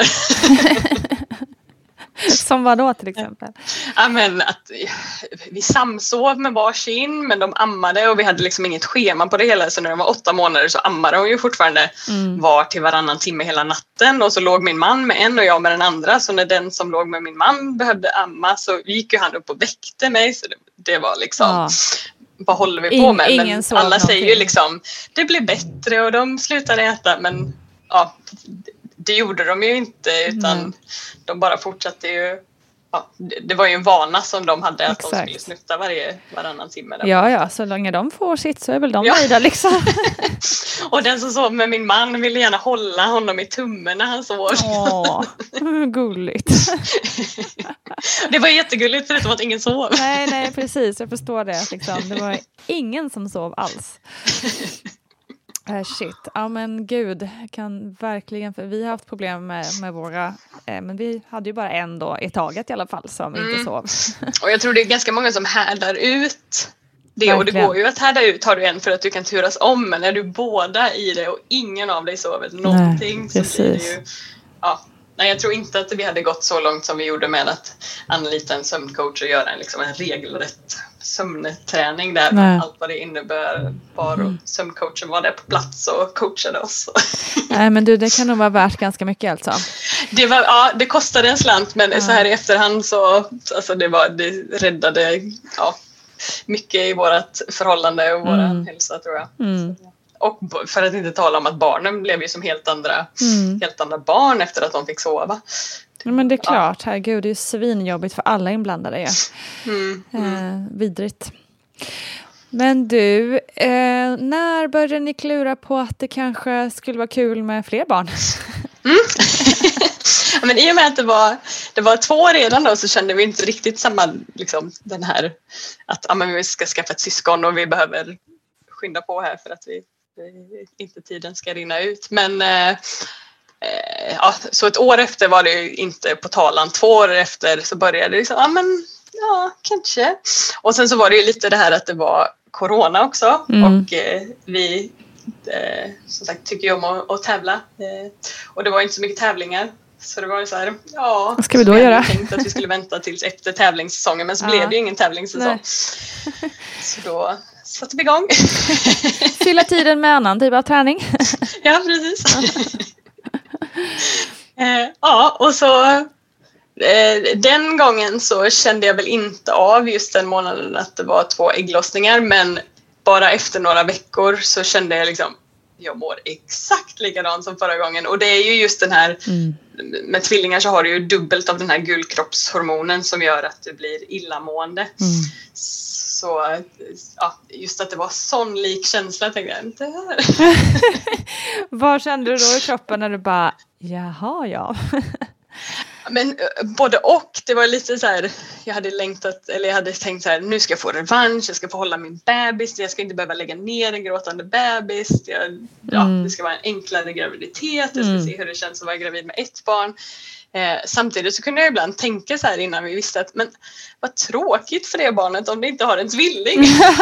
Speaker 1: Som vad då till exempel?
Speaker 6: Ja, men att vi samsov med varsin, men de ammade och vi hade liksom inget schema på det hela. Så när de var åtta månader så ammade de ju fortfarande mm. var till varannan timme hela natten. Och så låg min man med en och jag med den andra. Så när den som låg med min man behövde amma så gick ju han upp och väckte mig. Så det, det var liksom... Ja. Vad håller vi på med?
Speaker 1: In,
Speaker 6: men alla
Speaker 1: någonting.
Speaker 6: säger ju liksom det blir bättre och de slutade äta, men ja, det gjorde de ju inte utan mm. de bara fortsatte ju. Ja, det, det var ju en vana som de hade att Exakt. de skulle snutta varje varannan timme. Där.
Speaker 1: Ja, ja, så länge de får sitt så är väl de ja. nöjda liksom.
Speaker 6: Och den som sov med min man ville gärna hålla honom i tummen när han sov.
Speaker 1: Åh, gulligt.
Speaker 6: Det var jättegulligt förutom att ingen sov.
Speaker 1: Nej, nej, precis. Jag förstår det. Liksom. Det var ingen som sov alls. Uh, shit, ja men gud, kan verkligen, för vi har haft problem med, med våra, eh, men vi hade ju bara en då i taget i alla fall som mm. inte sov.
Speaker 6: Och jag tror det är ganska många som härdar ut det, verkligen. Och det går ju att härda ut, har du en för att du kan turas om, men när du båda i det och ingen av dig sover någonting. Nej, så blir det ju, ja. Nej, jag tror inte att vi hade gått så långt som vi gjorde med att anlita en sömncoach och göra en, liksom en regelrätt sömnträning där.
Speaker 1: Nej.
Speaker 6: Allt vad det innebär. Bara mm. sömncoachen var där på plats och coachade oss.
Speaker 1: Nej, men du, det kan nog vara värt ganska mycket alltså.
Speaker 6: Det var, ja, det kostade en slant, men ja. så här i efterhand så alltså det, var, det räddade ja, mycket i vårt förhållande och vår mm. hälsa, tror jag.
Speaker 1: Mm.
Speaker 6: Och för att inte tala om att barnen blev ju som helt andra, mm. helt andra barn efter att de fick sova.
Speaker 1: Ja, men det är klart, ja. Herregud, det är ju svinjobbigt för alla inblandade. Ja.
Speaker 6: Mm. Mm.
Speaker 1: Eh, vidrigt. Men du, eh, när började ni klura på att det kanske skulle vara kul med fler barn?
Speaker 6: Mm. Men i och med att det var, det var två redan då, så kände vi inte riktigt samma, liksom, den här att ja, men vi ska skaffa ett syskon och vi behöver skynda på här för att vi, inte tiden ska rinna ut. Men eh, ja, så ett år efter var det ju inte på talan. Två år efter så började det liksom, ja men ja, kanske. Och sen så var det ju lite det här att det var corona också. Mm. Och eh, vi eh, som sagt tycker ju om att, att tävla. Eh, och det var inte så mycket tävlingar. Så det var ju så här, ja.
Speaker 1: Vad ska vi då göra?
Speaker 6: Jag tänkte att vi skulle vänta tills efter tävlingssäsongen, men så ja. blev det ju ingen tävlingssäsong. Nej. Så då satte vi igång.
Speaker 1: Fylla tiden med annan typ av träning.
Speaker 6: Ja, precis. eh, ja, och så eh, den gången så kände jag väl inte av just den månaden att det var två ägglossningar, men bara efter några veckor så kände jag liksom, jag mår exakt likadant som förra gången. Och det är ju just den här, mm. med tvillingar så har du ju dubbelt av den här guldkroppshormonen som gör att du blir illamående. Mm. Så ja, just att det var sån lik känsla, tänkte jag inte här.
Speaker 1: Vad kände du då i kroppen när du bara, jaha ja.
Speaker 6: Men både och, det var lite så här, jag hade längtat, eller jag hade tänkt så här, nu ska jag få revansch, jag ska få hålla min bebis, jag ska inte behöva lägga ner en gråtande bebis, jag, ja, mm. det ska vara en enklare graviditet, jag ska mm. se hur det känns att vara gravid med ett barn. Eh, samtidigt så kunde jag ibland tänka så här innan vi visste att, men vad tråkigt för det barnet om det inte har en tvilling.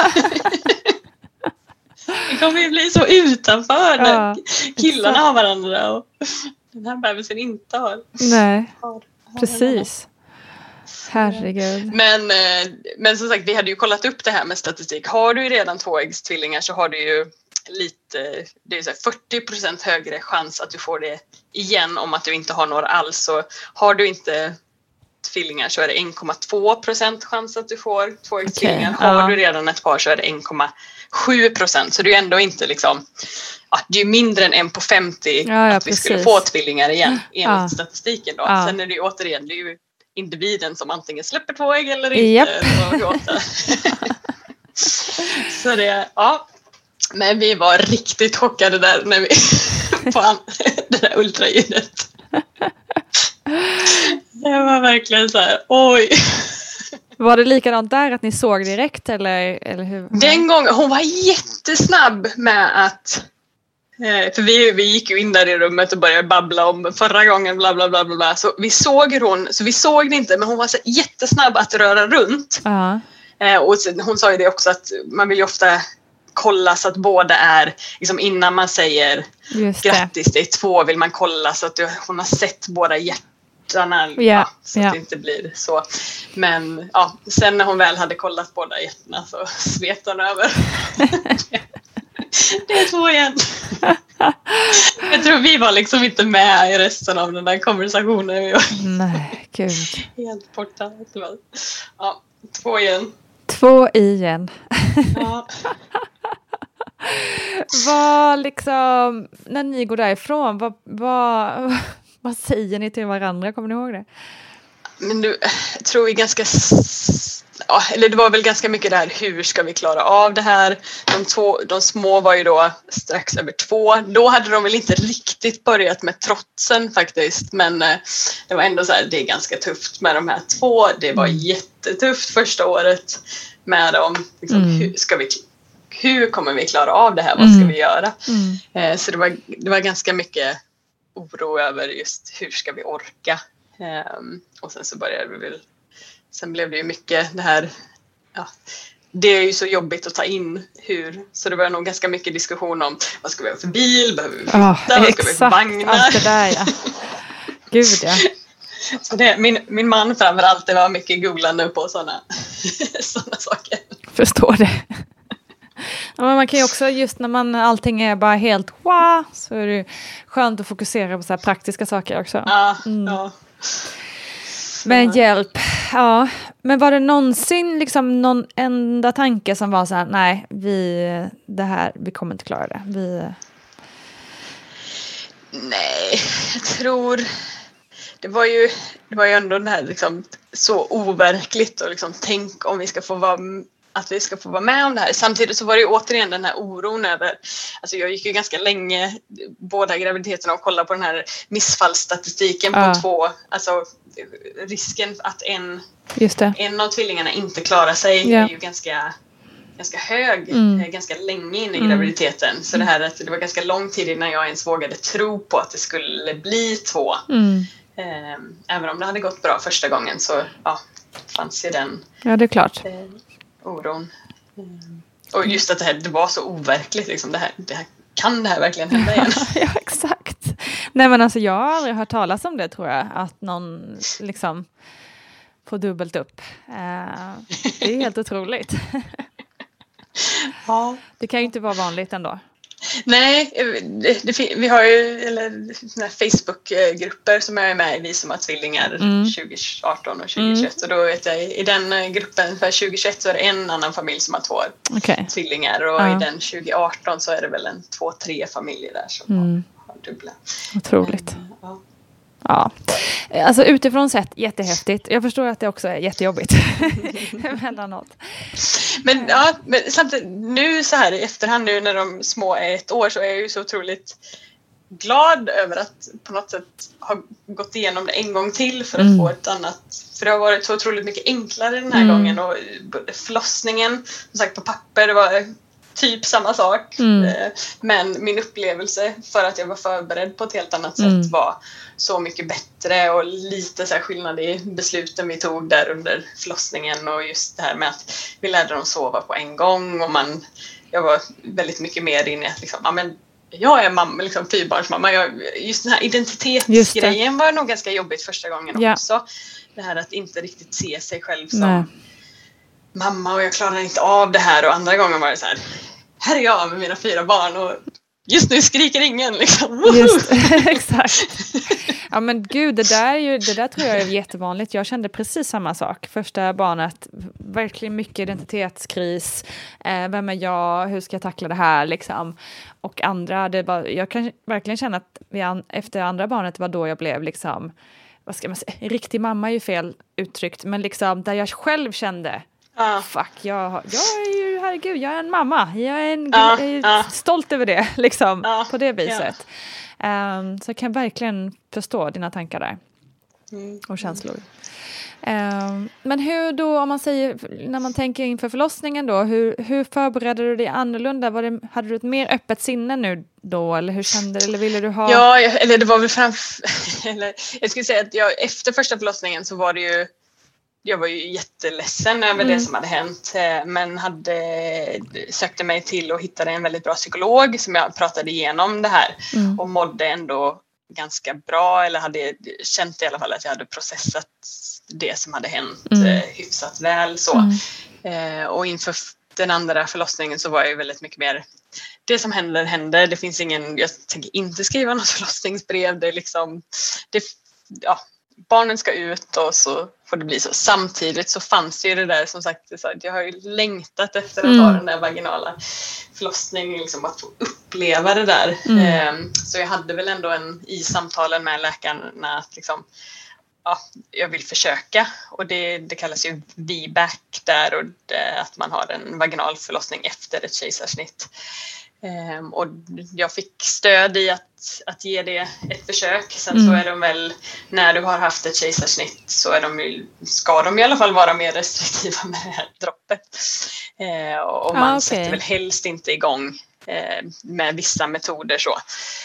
Speaker 6: Det kommer ju bli så utanför när ja, killarna har varandra och den här bebisen inte har.
Speaker 1: Nej, har, har precis. Herregud.
Speaker 6: Men, men som sagt, vi hade ju kollat upp det här med statistik. Har du redan tvåäggstvillingar så har du ju lite, det är så här fyrtio procent högre chans att du får det igen om att du inte har några alls. Så har du inte tvillingar så är det en komma två procent chans att du får tvåäggstvillingar. Okay, har
Speaker 1: ja.
Speaker 6: du redan ett par så är det en komma sju procent. Så det är ändå inte liksom, ja, det är ju mindre än en på femtio
Speaker 1: ja, ja,
Speaker 6: att vi
Speaker 1: precis.
Speaker 6: skulle få tvillingar igen enligt
Speaker 1: ja.
Speaker 6: statistiken då.
Speaker 1: Ja.
Speaker 6: Sen är det ju återigen, det är ju individen som antingen släpper två ägg eller
Speaker 1: Yep.
Speaker 6: inte. Så det, ja. Men vi var riktigt chockade där när vi på det där ultraljudet. Det var verkligen så här, oj.
Speaker 1: Var det likadant där att ni såg direkt eller, eller hur?
Speaker 6: Den gången, hon var jättesnabb med att, för vi, vi gick ju in där i rummet och började babbla om förra gången bla bla bla bla. Så vi såg hon, så vi såg det inte, men hon var så jättesnabb att röra runt.
Speaker 1: Uh-huh.
Speaker 6: Och hon sa ju det också att man vill ju ofta kolla så att båda är, liksom innan man säger grattis, det är två, vill man kolla så att du, hon har sett båda hjärtarna,
Speaker 1: yeah,
Speaker 6: ja, så
Speaker 1: yeah.
Speaker 6: att det inte blir så. Men ja, sen när hon väl hade kollat båda hjärtarna så svet hon över. Det är två igen. Jag tror vi var liksom inte med i resten av den där konversationen.
Speaker 1: Nej, gud.
Speaker 6: Helt borta. Ja, två igen.
Speaker 1: Två igen.
Speaker 6: Ja.
Speaker 1: Vad liksom, när ni går därifrån, vad, vad, vad säger ni till varandra? Kommer ni ihåg det?
Speaker 6: Men du, jag tror vi ganska, ja, eller det var väl ganska mycket det här, hur ska vi klara av det här? De, två, de små var ju då strax över två. Då hade de väl inte riktigt börjat med trotsen faktiskt. Men eh, det var ändå så här, det är ganska tufft med de här två. Det var jättetufft första året med dem. Liksom, mm. hur, ska vi, hur kommer vi klara av det här? Vad ska
Speaker 1: mm.
Speaker 6: vi göra?
Speaker 1: Mm.
Speaker 6: Eh, så det var, det var ganska mycket oro över just hur ska vi orka? Um, och sen så började vi väl, sen blev det ju mycket det här, ja, det är ju så jobbigt att ta in hur, så det var nog ganska mycket diskussion om vad ska vi ha för bil, behöver vi flytta,
Speaker 1: oh,
Speaker 6: vad ska vi ha för vagnar?
Speaker 1: Allt det där, ja. Gud, ja.
Speaker 6: Så det, min, min man framförallt, det var mycket googlande på sådana sådana saker.
Speaker 1: Förstår det. Ja, men man kan ju också, just när man allting är bara helt wow, så är det skönt att fokusera på så här praktiska saker också.
Speaker 6: Ja,
Speaker 1: mm.
Speaker 6: ja.
Speaker 1: Men hjälp, ja. Men var det någonsin liksom någon enda tanke som var så här, nej, vi, det här, vi kommer inte klara det. Vi...
Speaker 6: Nej, jag tror... Det var ju, det var ju ändå det här liksom, så overkligt och liksom, tänk om vi ska få vara... att vi ska få vara med om det här. Samtidigt så var det ju återigen den här oron över, alltså jag gick ju ganska länge båda graviditeterna och kollade på den här missfallsstatistiken
Speaker 1: ja.
Speaker 6: på två, alltså risken att en,
Speaker 1: Just det.
Speaker 6: en av tvillingarna inte klarar sig
Speaker 1: ja.
Speaker 6: är ju ganska, ganska hög,
Speaker 1: mm.
Speaker 6: ganska länge in i graviditeten. Mm. Så det här att det var ganska lång tid innan jag ens vågade tro på att det skulle bli två.
Speaker 1: Mm.
Speaker 6: Även om det hade gått bra första gången så ja, fanns ju den.
Speaker 1: Ja, det är klart.
Speaker 6: Eh, oron. Mm. Och just att det här det var så overkligt liksom, det här, det här kan det här verkligen hända igen?
Speaker 1: Ja, exakt. Nej, men alltså jag har aldrig hört talas om det, tror jag, att någon liksom får dubbelt upp. Uh, det är helt otroligt.
Speaker 6: Ja.
Speaker 1: Det kan ju inte vara vanligt ändå.
Speaker 6: Nej, det, det, vi har ju eller, Facebook-grupper som jag är med i, vi som har tvillingar mm. tjugo arton och tjugo tjugoett. Mm. Och då vet jag, i den gruppen för tjugo tjugoett så är det en annan familj som har två
Speaker 1: okay.
Speaker 6: tvillingar. Och
Speaker 1: ja.
Speaker 6: i den tjugo arton så är det väl en två, tre familjer där som mm. har, har dubbla.
Speaker 1: Otroligt.
Speaker 6: Men, ja.
Speaker 1: Ja, alltså utifrån sett jättehäftigt. Jag förstår att det också är jättejobbigt emellanåt.
Speaker 6: Men ja, men samtidigt nu så här i efterhand nu när de små är ett år så är jag ju så otroligt glad över att på något sätt ha gått igenom det en gång till för att mm. få ett annat. För det har varit så otroligt mycket enklare den här mm. gången och förlossningen, som sagt på papper, det var typ samma sak. Mm. Men min upplevelse för att jag var förberedd på ett helt annat sätt mm. var så mycket bättre och lite så här skillnad i besluten vi tog där under förlossningen och just det här med att vi lärde dem sova på en gång och man, jag var väldigt mycket mer inne i att liksom, ja, men jag är mamma, liksom fyrbarnsmamma. Jag, just den här identitetsgrejen var nog ganska jobbigt första gången ja. också. Det här att inte riktigt se sig själv som Nej. mamma och jag klarar inte av det här. Och andra gången var det så här, här är jag med mina fyra barn och just nu skriker ingen liksom.
Speaker 1: Just, exakt. Ja men gud, det där, är ju, det där tror jag är jättevanligt. Jag kände precis samma sak. Första barnet, verkligen mycket identitetskris. Eh, vem är jag? Hur ska jag tackla det här liksom? Och andra, det var, jag kan verkligen känna att vi, efter andra barnet var då jag blev liksom, vad ska man säga, riktig mamma är ju fel uttryckt, men liksom där jag själv kände Ah. Fuck, jag, jag är ju, herregud, jag är en mamma. Jag är, en, ah, jag är ah. stolt över det, liksom, ah, på det viset. Yeah. Um, så jag kan verkligen förstå dina tankar där. Mm. Och känslor. Um, men hur då, om man säger, när man tänker inför förlossningen då, hur, hur förberedde du dig annorlunda? Var det, hade du ett mer öppet sinne nu då? Eller hur kände du, eller ville du ha?
Speaker 6: Ja, eller det var väl framför, eller jag skulle säga att jag, efter första förlossningen så var det ju jag var ju jätteledsen över mm. det som hade hänt, men hade sökte mig till och hittade en väldigt bra psykolog som jag pratade igenom det här mm. och mådde ändå ganska bra, eller hade känt i alla fall att jag hade processat det som hade hänt mm. hyfsat väl så. Mm. Eh, och inför den andra förlossningen så var jag väldigt mycket mer, det som händer händer, det finns ingen, jag tänker inte skriva något förlossningsbrev, det är liksom det, ja, barnen ska ut och så får det bli så. Samtidigt så fanns det ju det där, som sagt, jag har ju längtat efter att ha mm. den där vaginala förlossningen, liksom att få uppleva det där. Mm. Så jag hade väl ändå en, i samtalen med läkarna att liksom, ja, jag vill försöka. Och det, det kallas ju V BAC där, och det, att man har en vaginal förlossning efter ett kejsarsnitt. Um, och jag fick stöd i att, att ge det ett försök. Sen mm. så är de väl, när du har haft ett kejsarsnitt så är de ju, ska de i alla fall vara mer restriktiva med det här droppet. Uh, och man ah, okay. sätter väl helst inte igång uh, med vissa metoder så.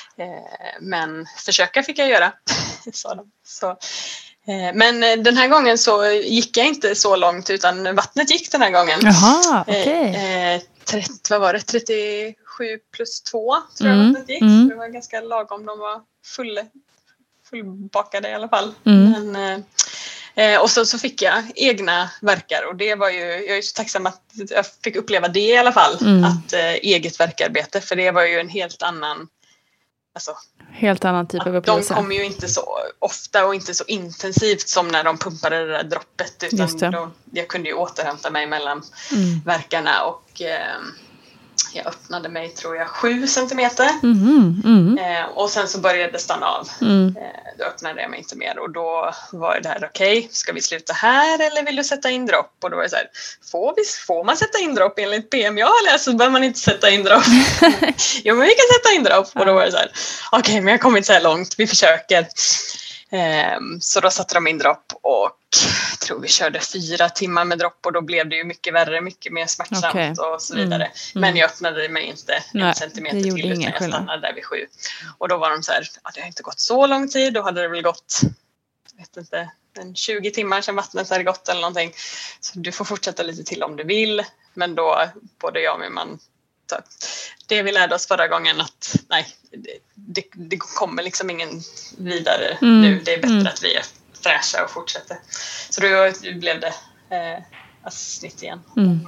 Speaker 6: Uh, men försöka fick jag göra, sa de. Så, uh, men den här gången så gick jag inte så långt, utan vattnet gick den här gången.
Speaker 1: Jaha, okej. Okay.
Speaker 6: Uh, trettio, vad var det? trettiosju plus två tror jag mm. vattnet gick. Mm. Det var ganska lagom. De var full, fullbakade i alla fall. Mm. Men, Eh, och så, så fick jag egna verkar och det var ju, jag är så tacksam att jag fick uppleva det i alla fall, mm. att eh, eget verkarbete, för det var ju en helt annan, alltså,
Speaker 1: helt annan typ av upplevelse.
Speaker 6: De kom ju inte så ofta och inte så intensivt som när de pumpade det där droppet, utan då, jag kunde ju återhämta mig mellan mm. verkarna och eh, jag öppnade mig, tror jag, sju centimeter. Mm, mm. Eh, och sen så började det stanna av. Mm. Eh, då öppnade jag mig inte mer. Och då var det här, okej, okay, ska vi sluta här eller vill du sätta in dropp? Och då var det så här, får, vi, får man sätta in dropp enligt P M jag har läst så behöver man inte sätta in dropp. Jo, men vi kan sätta in dropp. Och då var det så här, okej, okay, men jag har kommit så här långt, vi försöker. Eh, så då satte de in dropp och jag tror vi körde fyra timmar med dropp och då blev det ju mycket värre, mycket mer smärtsamt okay. och så vidare. Mm. Mm. Men jag öppnade mig inte Nej, en centimeter till utan jag stannade där vid sju. Och då var de så här, ja, det har inte gått så lång tid, då hade det väl gått, jag vet inte, en tjugo timmar sedan vattnet hade gått eller någonting. Så du får fortsätta lite till om du vill, men då både jag och min man, det vi lärde oss förra gången att nej, det, det, det kommer liksom ingen vidare mm. nu. Det är bättre mm. att vi är fräscha och fortsätter. Så då blev det eh, alltså snitt igen. Mm.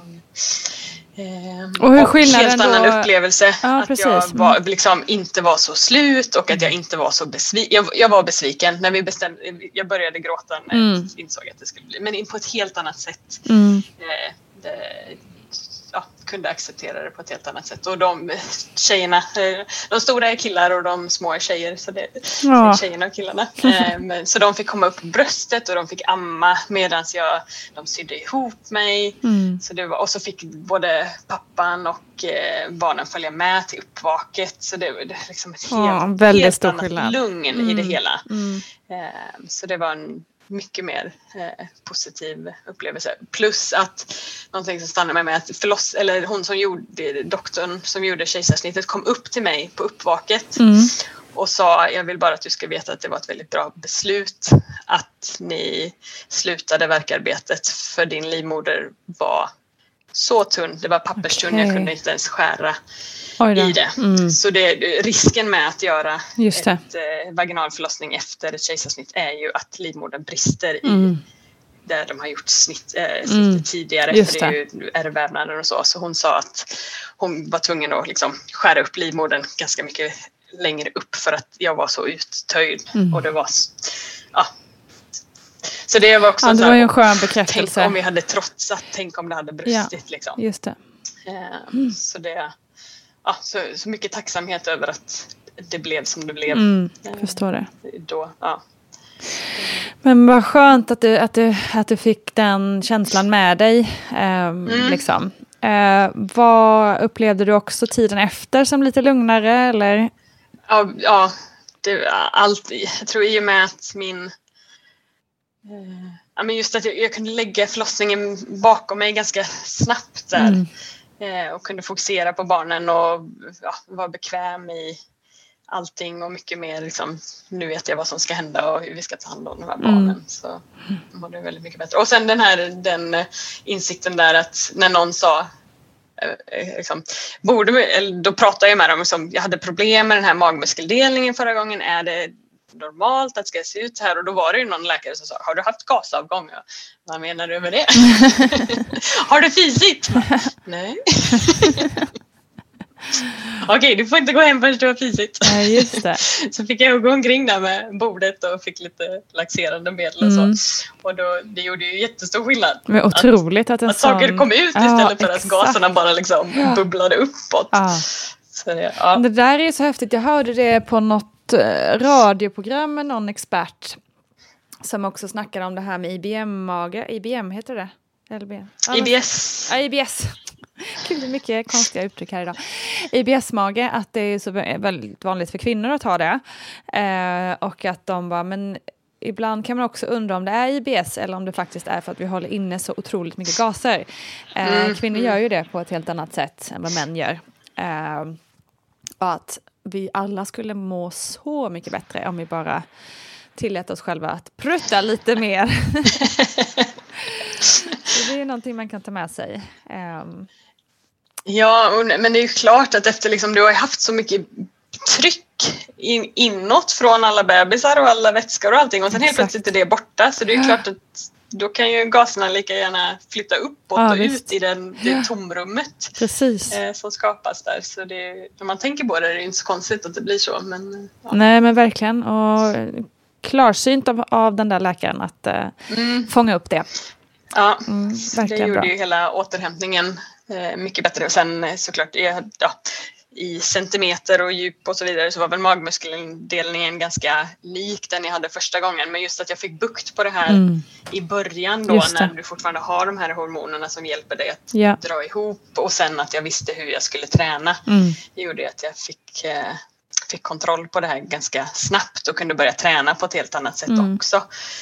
Speaker 6: Eh,
Speaker 1: och hur
Speaker 6: och
Speaker 1: skillnaden
Speaker 6: helt annan
Speaker 1: då...
Speaker 6: upplevelse.
Speaker 1: Ja,
Speaker 6: att
Speaker 1: precis.
Speaker 6: jag var, liksom, inte var så slut och att jag inte var så besviken. Jag, jag var besviken när vi bestämde. Jag började gråta när mm. jag insåg att det skulle bli. Men på ett helt annat sätt. Mm. Eh, det, ja, kunde acceptera det på ett helt annat sätt. Och de tjejerna, de stora är killar och de små är tjejer, så det ja. tjejerna och killarna. Men, så de fick komma upp på bröstet och de fick amma medan jag, de sydde ihop mig. Mm. Så det var, och så fick både pappan och eh, barnen följa med till uppvaket. Så det var liksom ett helt, ja, väldigt helt annat skillnad. Lugn mm. i det hela. Mm. Eh, så det var en mycket mer eh, positiv upplevelse. Plus att någonting som stannade med mig att förloss, eller hon som gjorde, doktorn som gjorde kejsarsnittet kom upp till mig på uppvaket mm. och sa, jag vill bara att du ska veta att det var ett väldigt bra beslut att ni slutade verkarbetet, för din livmoder var så tunn, det var papperstunn, okay. jag kunde inte ens skära i det. Mm. Så det, risken med att göra ett eh, vaginal förlossning efter ett kejsarsnitt är ju att livmodern brister mm. i där de har gjort snitt, eh, snittet mm. tidigare. Just för det är ju ärrvävnaden och så. Så hon sa att hon var tvungen att liksom skära upp livmodern ganska mycket längre upp för att jag var så uttöjd. Mm. Och det var ja. Så det var också
Speaker 1: ja, det
Speaker 6: så
Speaker 1: var
Speaker 6: här,
Speaker 1: ju en skön bekräftelse.
Speaker 6: Tänk om vi hade trotsat, tänk om det hade brustit. Ja, liksom.
Speaker 1: Just det.
Speaker 6: Mm. Så det ja, så, så mycket tacksamhet över att det blev som det blev.
Speaker 1: Mm, förstår det.
Speaker 6: Då, ja.
Speaker 1: Men vad skönt att du, att, du, att du fick den känslan med dig. Eh, mm. liksom. eh, vad upplevde du också tiden efter som lite lugnare? Eller?
Speaker 6: Ja, ja det, allt, jag tror i och med att min... Eh, ja, men just att jag, jag kunde lägga förlossningen bakom mig ganska snabbt där. Mm. Och kunde fokusera på barnen och ja, vara bekväm i allting och mycket mer liksom, nu vet jag vad som ska hända och hur vi ska ta hand om de här barnen. Mm. Så var det väldigt mycket bättre. Och sen den här den insikten där att när någon sa eh, liksom, borde, eller då pratade jag med dem som jag hade problem med den här magmuskeldelningen förra gången, är det normalt att det ska se ut här? Och då var det ju någon läkare som sa, har du haft gasavgång? Vad menar du med det? Har du fisit? Nej. Okej, okay, du får inte gå hem förrän du har fisit.
Speaker 1: Ja, just det.
Speaker 6: Så fick jag gå omkring där med bordet och fick lite laxerande medel och mm. så. Och då, det gjorde ju jättestor skillnad.
Speaker 1: Men otroligt att, att,
Speaker 6: att
Speaker 1: sån...
Speaker 6: saker kom ut istället ja, för att gaserna bara liksom ja. bubblade uppåt.
Speaker 1: Ja.
Speaker 6: Så det, ja.
Speaker 1: det där är ju så häftigt. Jag hörde det på något radioprogram med någon expert som också snackade om det här med I B M-mage. I B M heter det? L B? Ja,
Speaker 6: I B S.
Speaker 1: Ja, I B S. Gud, det är mycket konstiga uttryck här idag. I B S-mage, att det är så väldigt vanligt för kvinnor att ha det. Eh, och att de bara, men ibland kan man också undra om det är I B S eller om det faktiskt är för att vi håller inne så otroligt mycket gaser. Eh, mm. Kvinnor gör ju det på ett helt annat sätt än vad män gör. Eh, och att vi alla skulle må så mycket bättre om vi bara tillät oss själva att prutta lite mer. Så det är någonting man kan ta med sig. Um.
Speaker 6: Ja, men det är ju klart att efter liksom, du har haft så mycket tryck tryck in, inåt från alla bebisar och alla vätskor och allting. Och sen helt plötsligt är det borta. Så det är klart att då kan ju gaserna lika gärna flytta uppåt ja, och visst. ut i den, det tomrummet
Speaker 1: Precis.
Speaker 6: Eh, som skapas där. Så det, när man tänker på det är det inte så konstigt att det blir så. Men, ja.
Speaker 1: Nej, men verkligen. Och klarsynt av, av den där läkaren att eh, mm. fånga upp det.
Speaker 6: Ja,
Speaker 1: mm,
Speaker 6: det gjorde bra. Ju hela återhämtningen eh, mycket bättre. Och sen eh, såklart, ja, i centimeter och djup och så vidare så var väl magmuskeldelningen ganska lik den jag hade första gången. Men just att jag fick bukt på det här mm. i början då när du fortfarande har de här hormonerna som hjälper dig att ja. dra ihop. Och sen att jag visste hur jag skulle träna. Mm. Det gjorde att jag fick, eh, fick kontroll på det här ganska snabbt och kunde börja träna på ett helt annat sätt mm. också.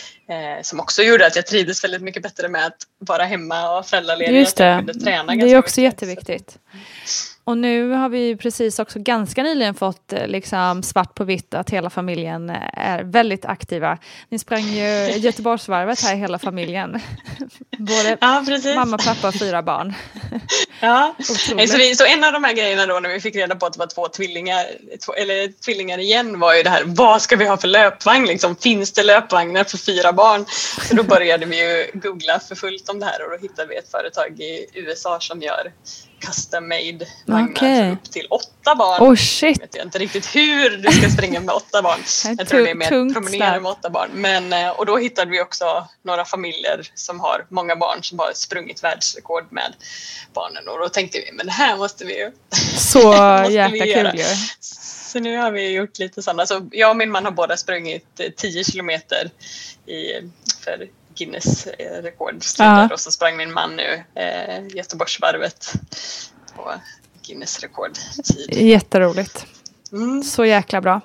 Speaker 6: Eh, som också gjorde att jag trivdes väldigt mycket bättre med att vara hemma och föräldraledig.
Speaker 1: Just det,
Speaker 6: jag kunde träna
Speaker 1: det är också mycket. Jätteviktigt. Och nu har vi precis också ganska nyligen fått liksom svart på vitt att hela familjen är väldigt aktiva. Ni sprang ju Göteborgsvarvet här hela familjen. Både
Speaker 6: ja,
Speaker 1: mamma, pappa och fyra barn.
Speaker 6: Ja, så, vi, så en av de här grejerna då när vi fick reda på att det var två tvillingar, två, eller tvillingar igen var ju det här, vad ska vi ha för löpvagn? Liksom, finns det löpvagnar för fyra barn? Så då började vi ju googla för fullt om det här och då hittade vi ett företag i U S A som gör custom-made vagnar okay. upp till åtta barn.
Speaker 1: Oh shit!
Speaker 6: Jag vet inte riktigt hur du ska springa med åtta barn. Jag tror det är mer promenera med åtta barn. Men, och då hittade vi också några familjer som har många barn som har sprungit världsrekord med barnen. Och då tänkte vi, men det här måste vi ju
Speaker 1: Så jäkla kul ju.
Speaker 6: Så nu har vi gjort lite sådana. Så jag och min man har båda sprungit tio kilometer i, för Guinness rekord. Uh-huh. Och så sprang min man nu eh, Göteborgsvarvet på Guinness rekordtid.
Speaker 1: Jätteroligt. Mm. Så jäkla bra.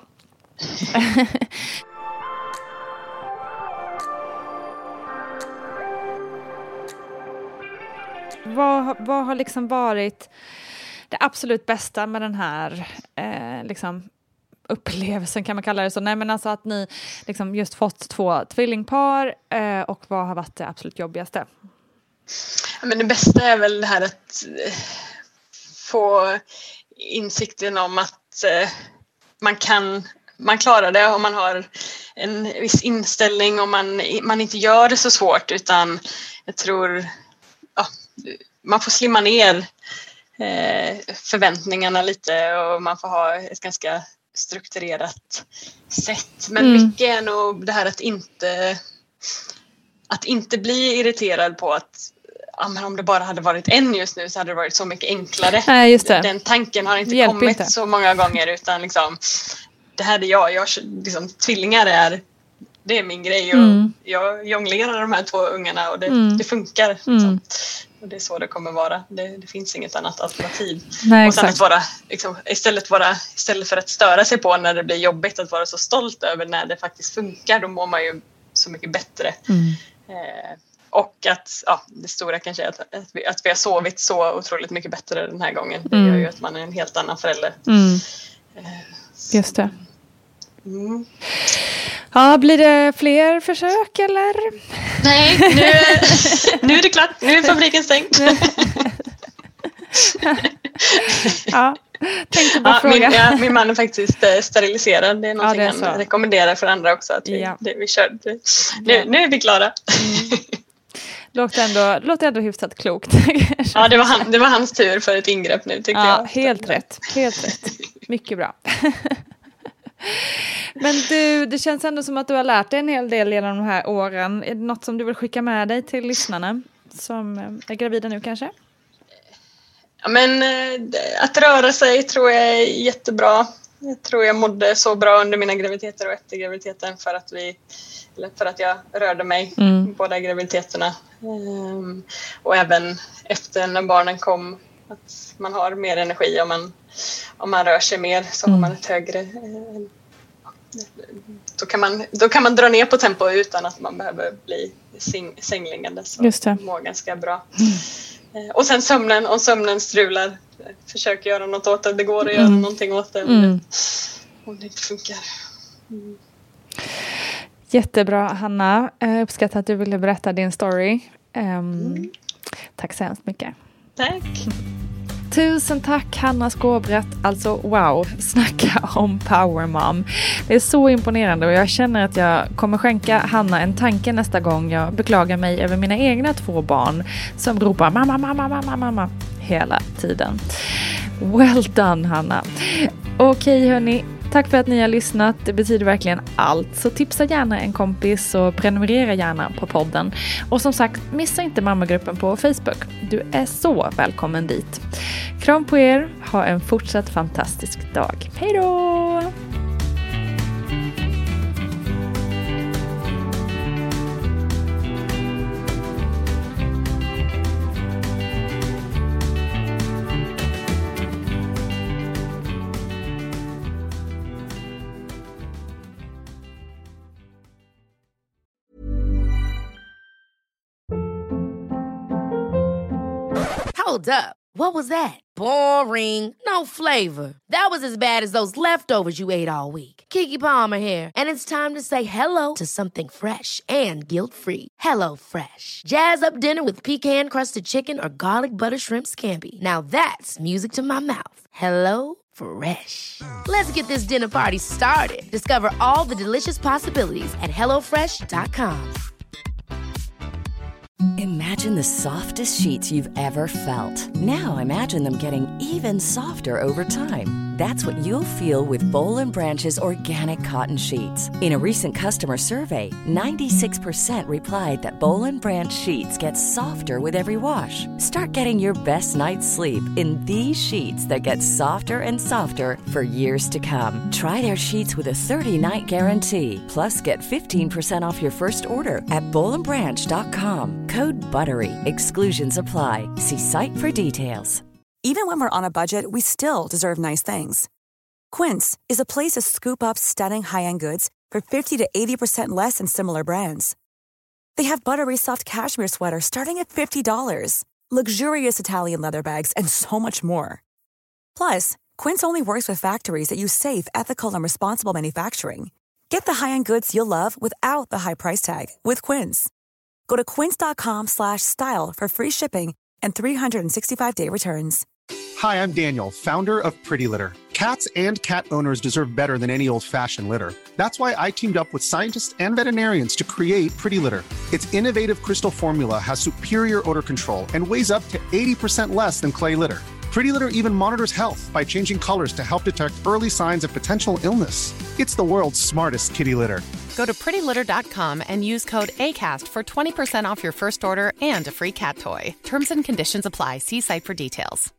Speaker 1: vad, vad har liksom varit det absolut bästa med den här eh, liksom upplevelsen, kan man kalla det så? Nej, men alltså att ni liksom just fått två tvillingpar eh, och vad har varit det absolut jobbigaste?
Speaker 6: Ja, men det bästa är väl det här att eh, få insikten om att eh, man kan man klarar det om man har en viss inställning och man, man inte gör det så svårt, utan jag tror ja, man får slimma ner eh, förväntningarna lite och man får ha ett ganska strukturerat sätt. Men mm. mycket är nog det här att inte att inte bli irriterad på att ja, men om det bara hade varit en just nu så hade det varit så mycket enklare.
Speaker 1: Nej, just det.
Speaker 6: Den tanken har inte
Speaker 1: Hjälp
Speaker 6: kommit
Speaker 1: inte.
Speaker 6: så många gånger, utan liksom det här är jag, jag liksom, tvillingar är det är min grej och mm. jag jonglerar de här två ungarna och det, mm. det funkar. Liksom. Mm. Och det är så det kommer vara. Det, det finns inget annat alternativ.
Speaker 1: Nej,
Speaker 6: och sen att vara, liksom, istället, vara, istället för att störa sig på när det blir jobbigt, att vara så stolt över när det faktiskt funkar, då mår man ju så mycket bättre. Mm. Eh, och att ja, det stora kanske är att, att, vi, att vi har sovit så otroligt mycket bättre den här gången. Det mm. gör ju att man är en helt annan förälder.
Speaker 1: Mm.
Speaker 6: Eh,
Speaker 1: Just det.
Speaker 6: Mm.
Speaker 1: Ja, blir det fler försök eller?
Speaker 6: Nej, nu, nu är det klart. Nu är fabriken stängd.
Speaker 1: Ja, tänkte bara
Speaker 6: ja,
Speaker 1: fråga.
Speaker 6: Min, ja, min man är faktiskt steriliserad. Det är någonting ja, det är han rekommenderar för andra också. Att vi, ja. det, vi kör. Nu, ja. nu är vi klara.
Speaker 1: Mm. Låter ändå, låter ändå hyfsat klokt.
Speaker 6: Ja, det var, han, det var hans tur för ett ingrepp nu, tyckte
Speaker 1: ja,
Speaker 6: jag.
Speaker 1: Helt rätt. Helt rätt. Mycket bra. Men du, det känns ändå som att du har lärt dig en hel del genom de här åren. Är det något som du vill skicka med dig till lyssnarna som är gravida nu kanske?
Speaker 6: Ja, men att röra sig tror jag är jättebra. Jag tror jag mådde så bra under mina graviditeter och efter graviditeten för att vi, eller för att jag rörde mig mm. båda graviditeterna. Um, och även efter när barnen kom, att man har mer energi om man, om man rör sig mer, så mm. har man ett högre eh, då kan man då kan man dra ner på tempo utan att man behöver bli säng, sängliggande, så
Speaker 1: Just det.
Speaker 6: mår ganska bra. Mm. Och sen sömnen, om sömnen strular, försök göra något åt det. Det går att mm. göra någonting åt det om,
Speaker 1: mm.
Speaker 6: det, om det inte funkar. Mm.
Speaker 1: Jättebra, Hanna. Jag uppskattar att du ville berätta din story. Um,
Speaker 6: mm.
Speaker 1: Tack så hemskt mycket.
Speaker 6: Tack.
Speaker 1: Tusen tack Hanna Skåbrett. Alltså wow, snacka om power mom. Det är så imponerande och jag känner att jag kommer skänka Hanna en tanke nästa gång jag beklagar mig över mina egna två barn som ropar mamma, mamma, mamma, mamma hela tiden. Well done Hanna. Okej hörni, tack för att ni har lyssnat. Det betyder verkligen allt. Så tipsa gärna en kompis och prenumerera gärna på podden. Och som sagt, missa inte mammagruppen på Facebook. Du är så välkommen dit. Kram på er. Ha en fortsatt fantastisk dag. Hej då!
Speaker 4: Hold up. What was that? Boring. No flavor. That was as bad as those leftovers you ate all week. Keke Palmer here, and it's time to say hello to something fresh and guilt-free. Hello Fresh. Jazz up dinner with pecan-crusted chicken or garlic butter shrimp scampi. Now that's music to my mouth. Hello Fresh. Let's get this dinner party started. Discover all the delicious possibilities at hello fresh dot com.
Speaker 12: Imagine the softest sheets you've ever felt. Now imagine them getting even softer over time. That's what you'll feel with Boll and Branch's organic cotton sheets. In a recent customer survey, ninety-six percent replied that Boll and Branch sheets get softer with every wash. Start getting your best night's sleep in these sheets that get softer and softer for years to come. Try their sheets with a thirty-night guarantee. Plus, get fifteen percent off your first order at boll and branch dot com. Code BUTTERY. Exclusions apply. See site for details.
Speaker 13: Even when we're on a budget, we still deserve nice things. Quince is a place to scoop up stunning high-end goods for fifty to eighty percent less than similar brands. They have buttery soft cashmere sweaters starting at fifty dollars, luxurious Italian leather bags, and so much more. Plus, Quince only works with factories that use safe, ethical, and responsible manufacturing. Get the high-end goods you'll love without the high price tag with Quince. Go to quince dot com slash style for free shipping and three sixty-five day returns.
Speaker 14: Hi, I'm Daniel, founder of Pretty Litter. Cats and cat owners deserve better than any old-fashioned litter. That's why I teamed up with scientists and veterinarians to create Pretty Litter. Its innovative crystal formula has superior odor control and weighs up to eighty percent less than clay litter. Pretty Litter even monitors health by changing colors to help detect early signs of potential illness. It's the world's smartest kitty litter.
Speaker 11: Go to pretty litter dot com and use code ACAST for twenty percent off your first order and a free cat toy. Terms and conditions apply. See site for details.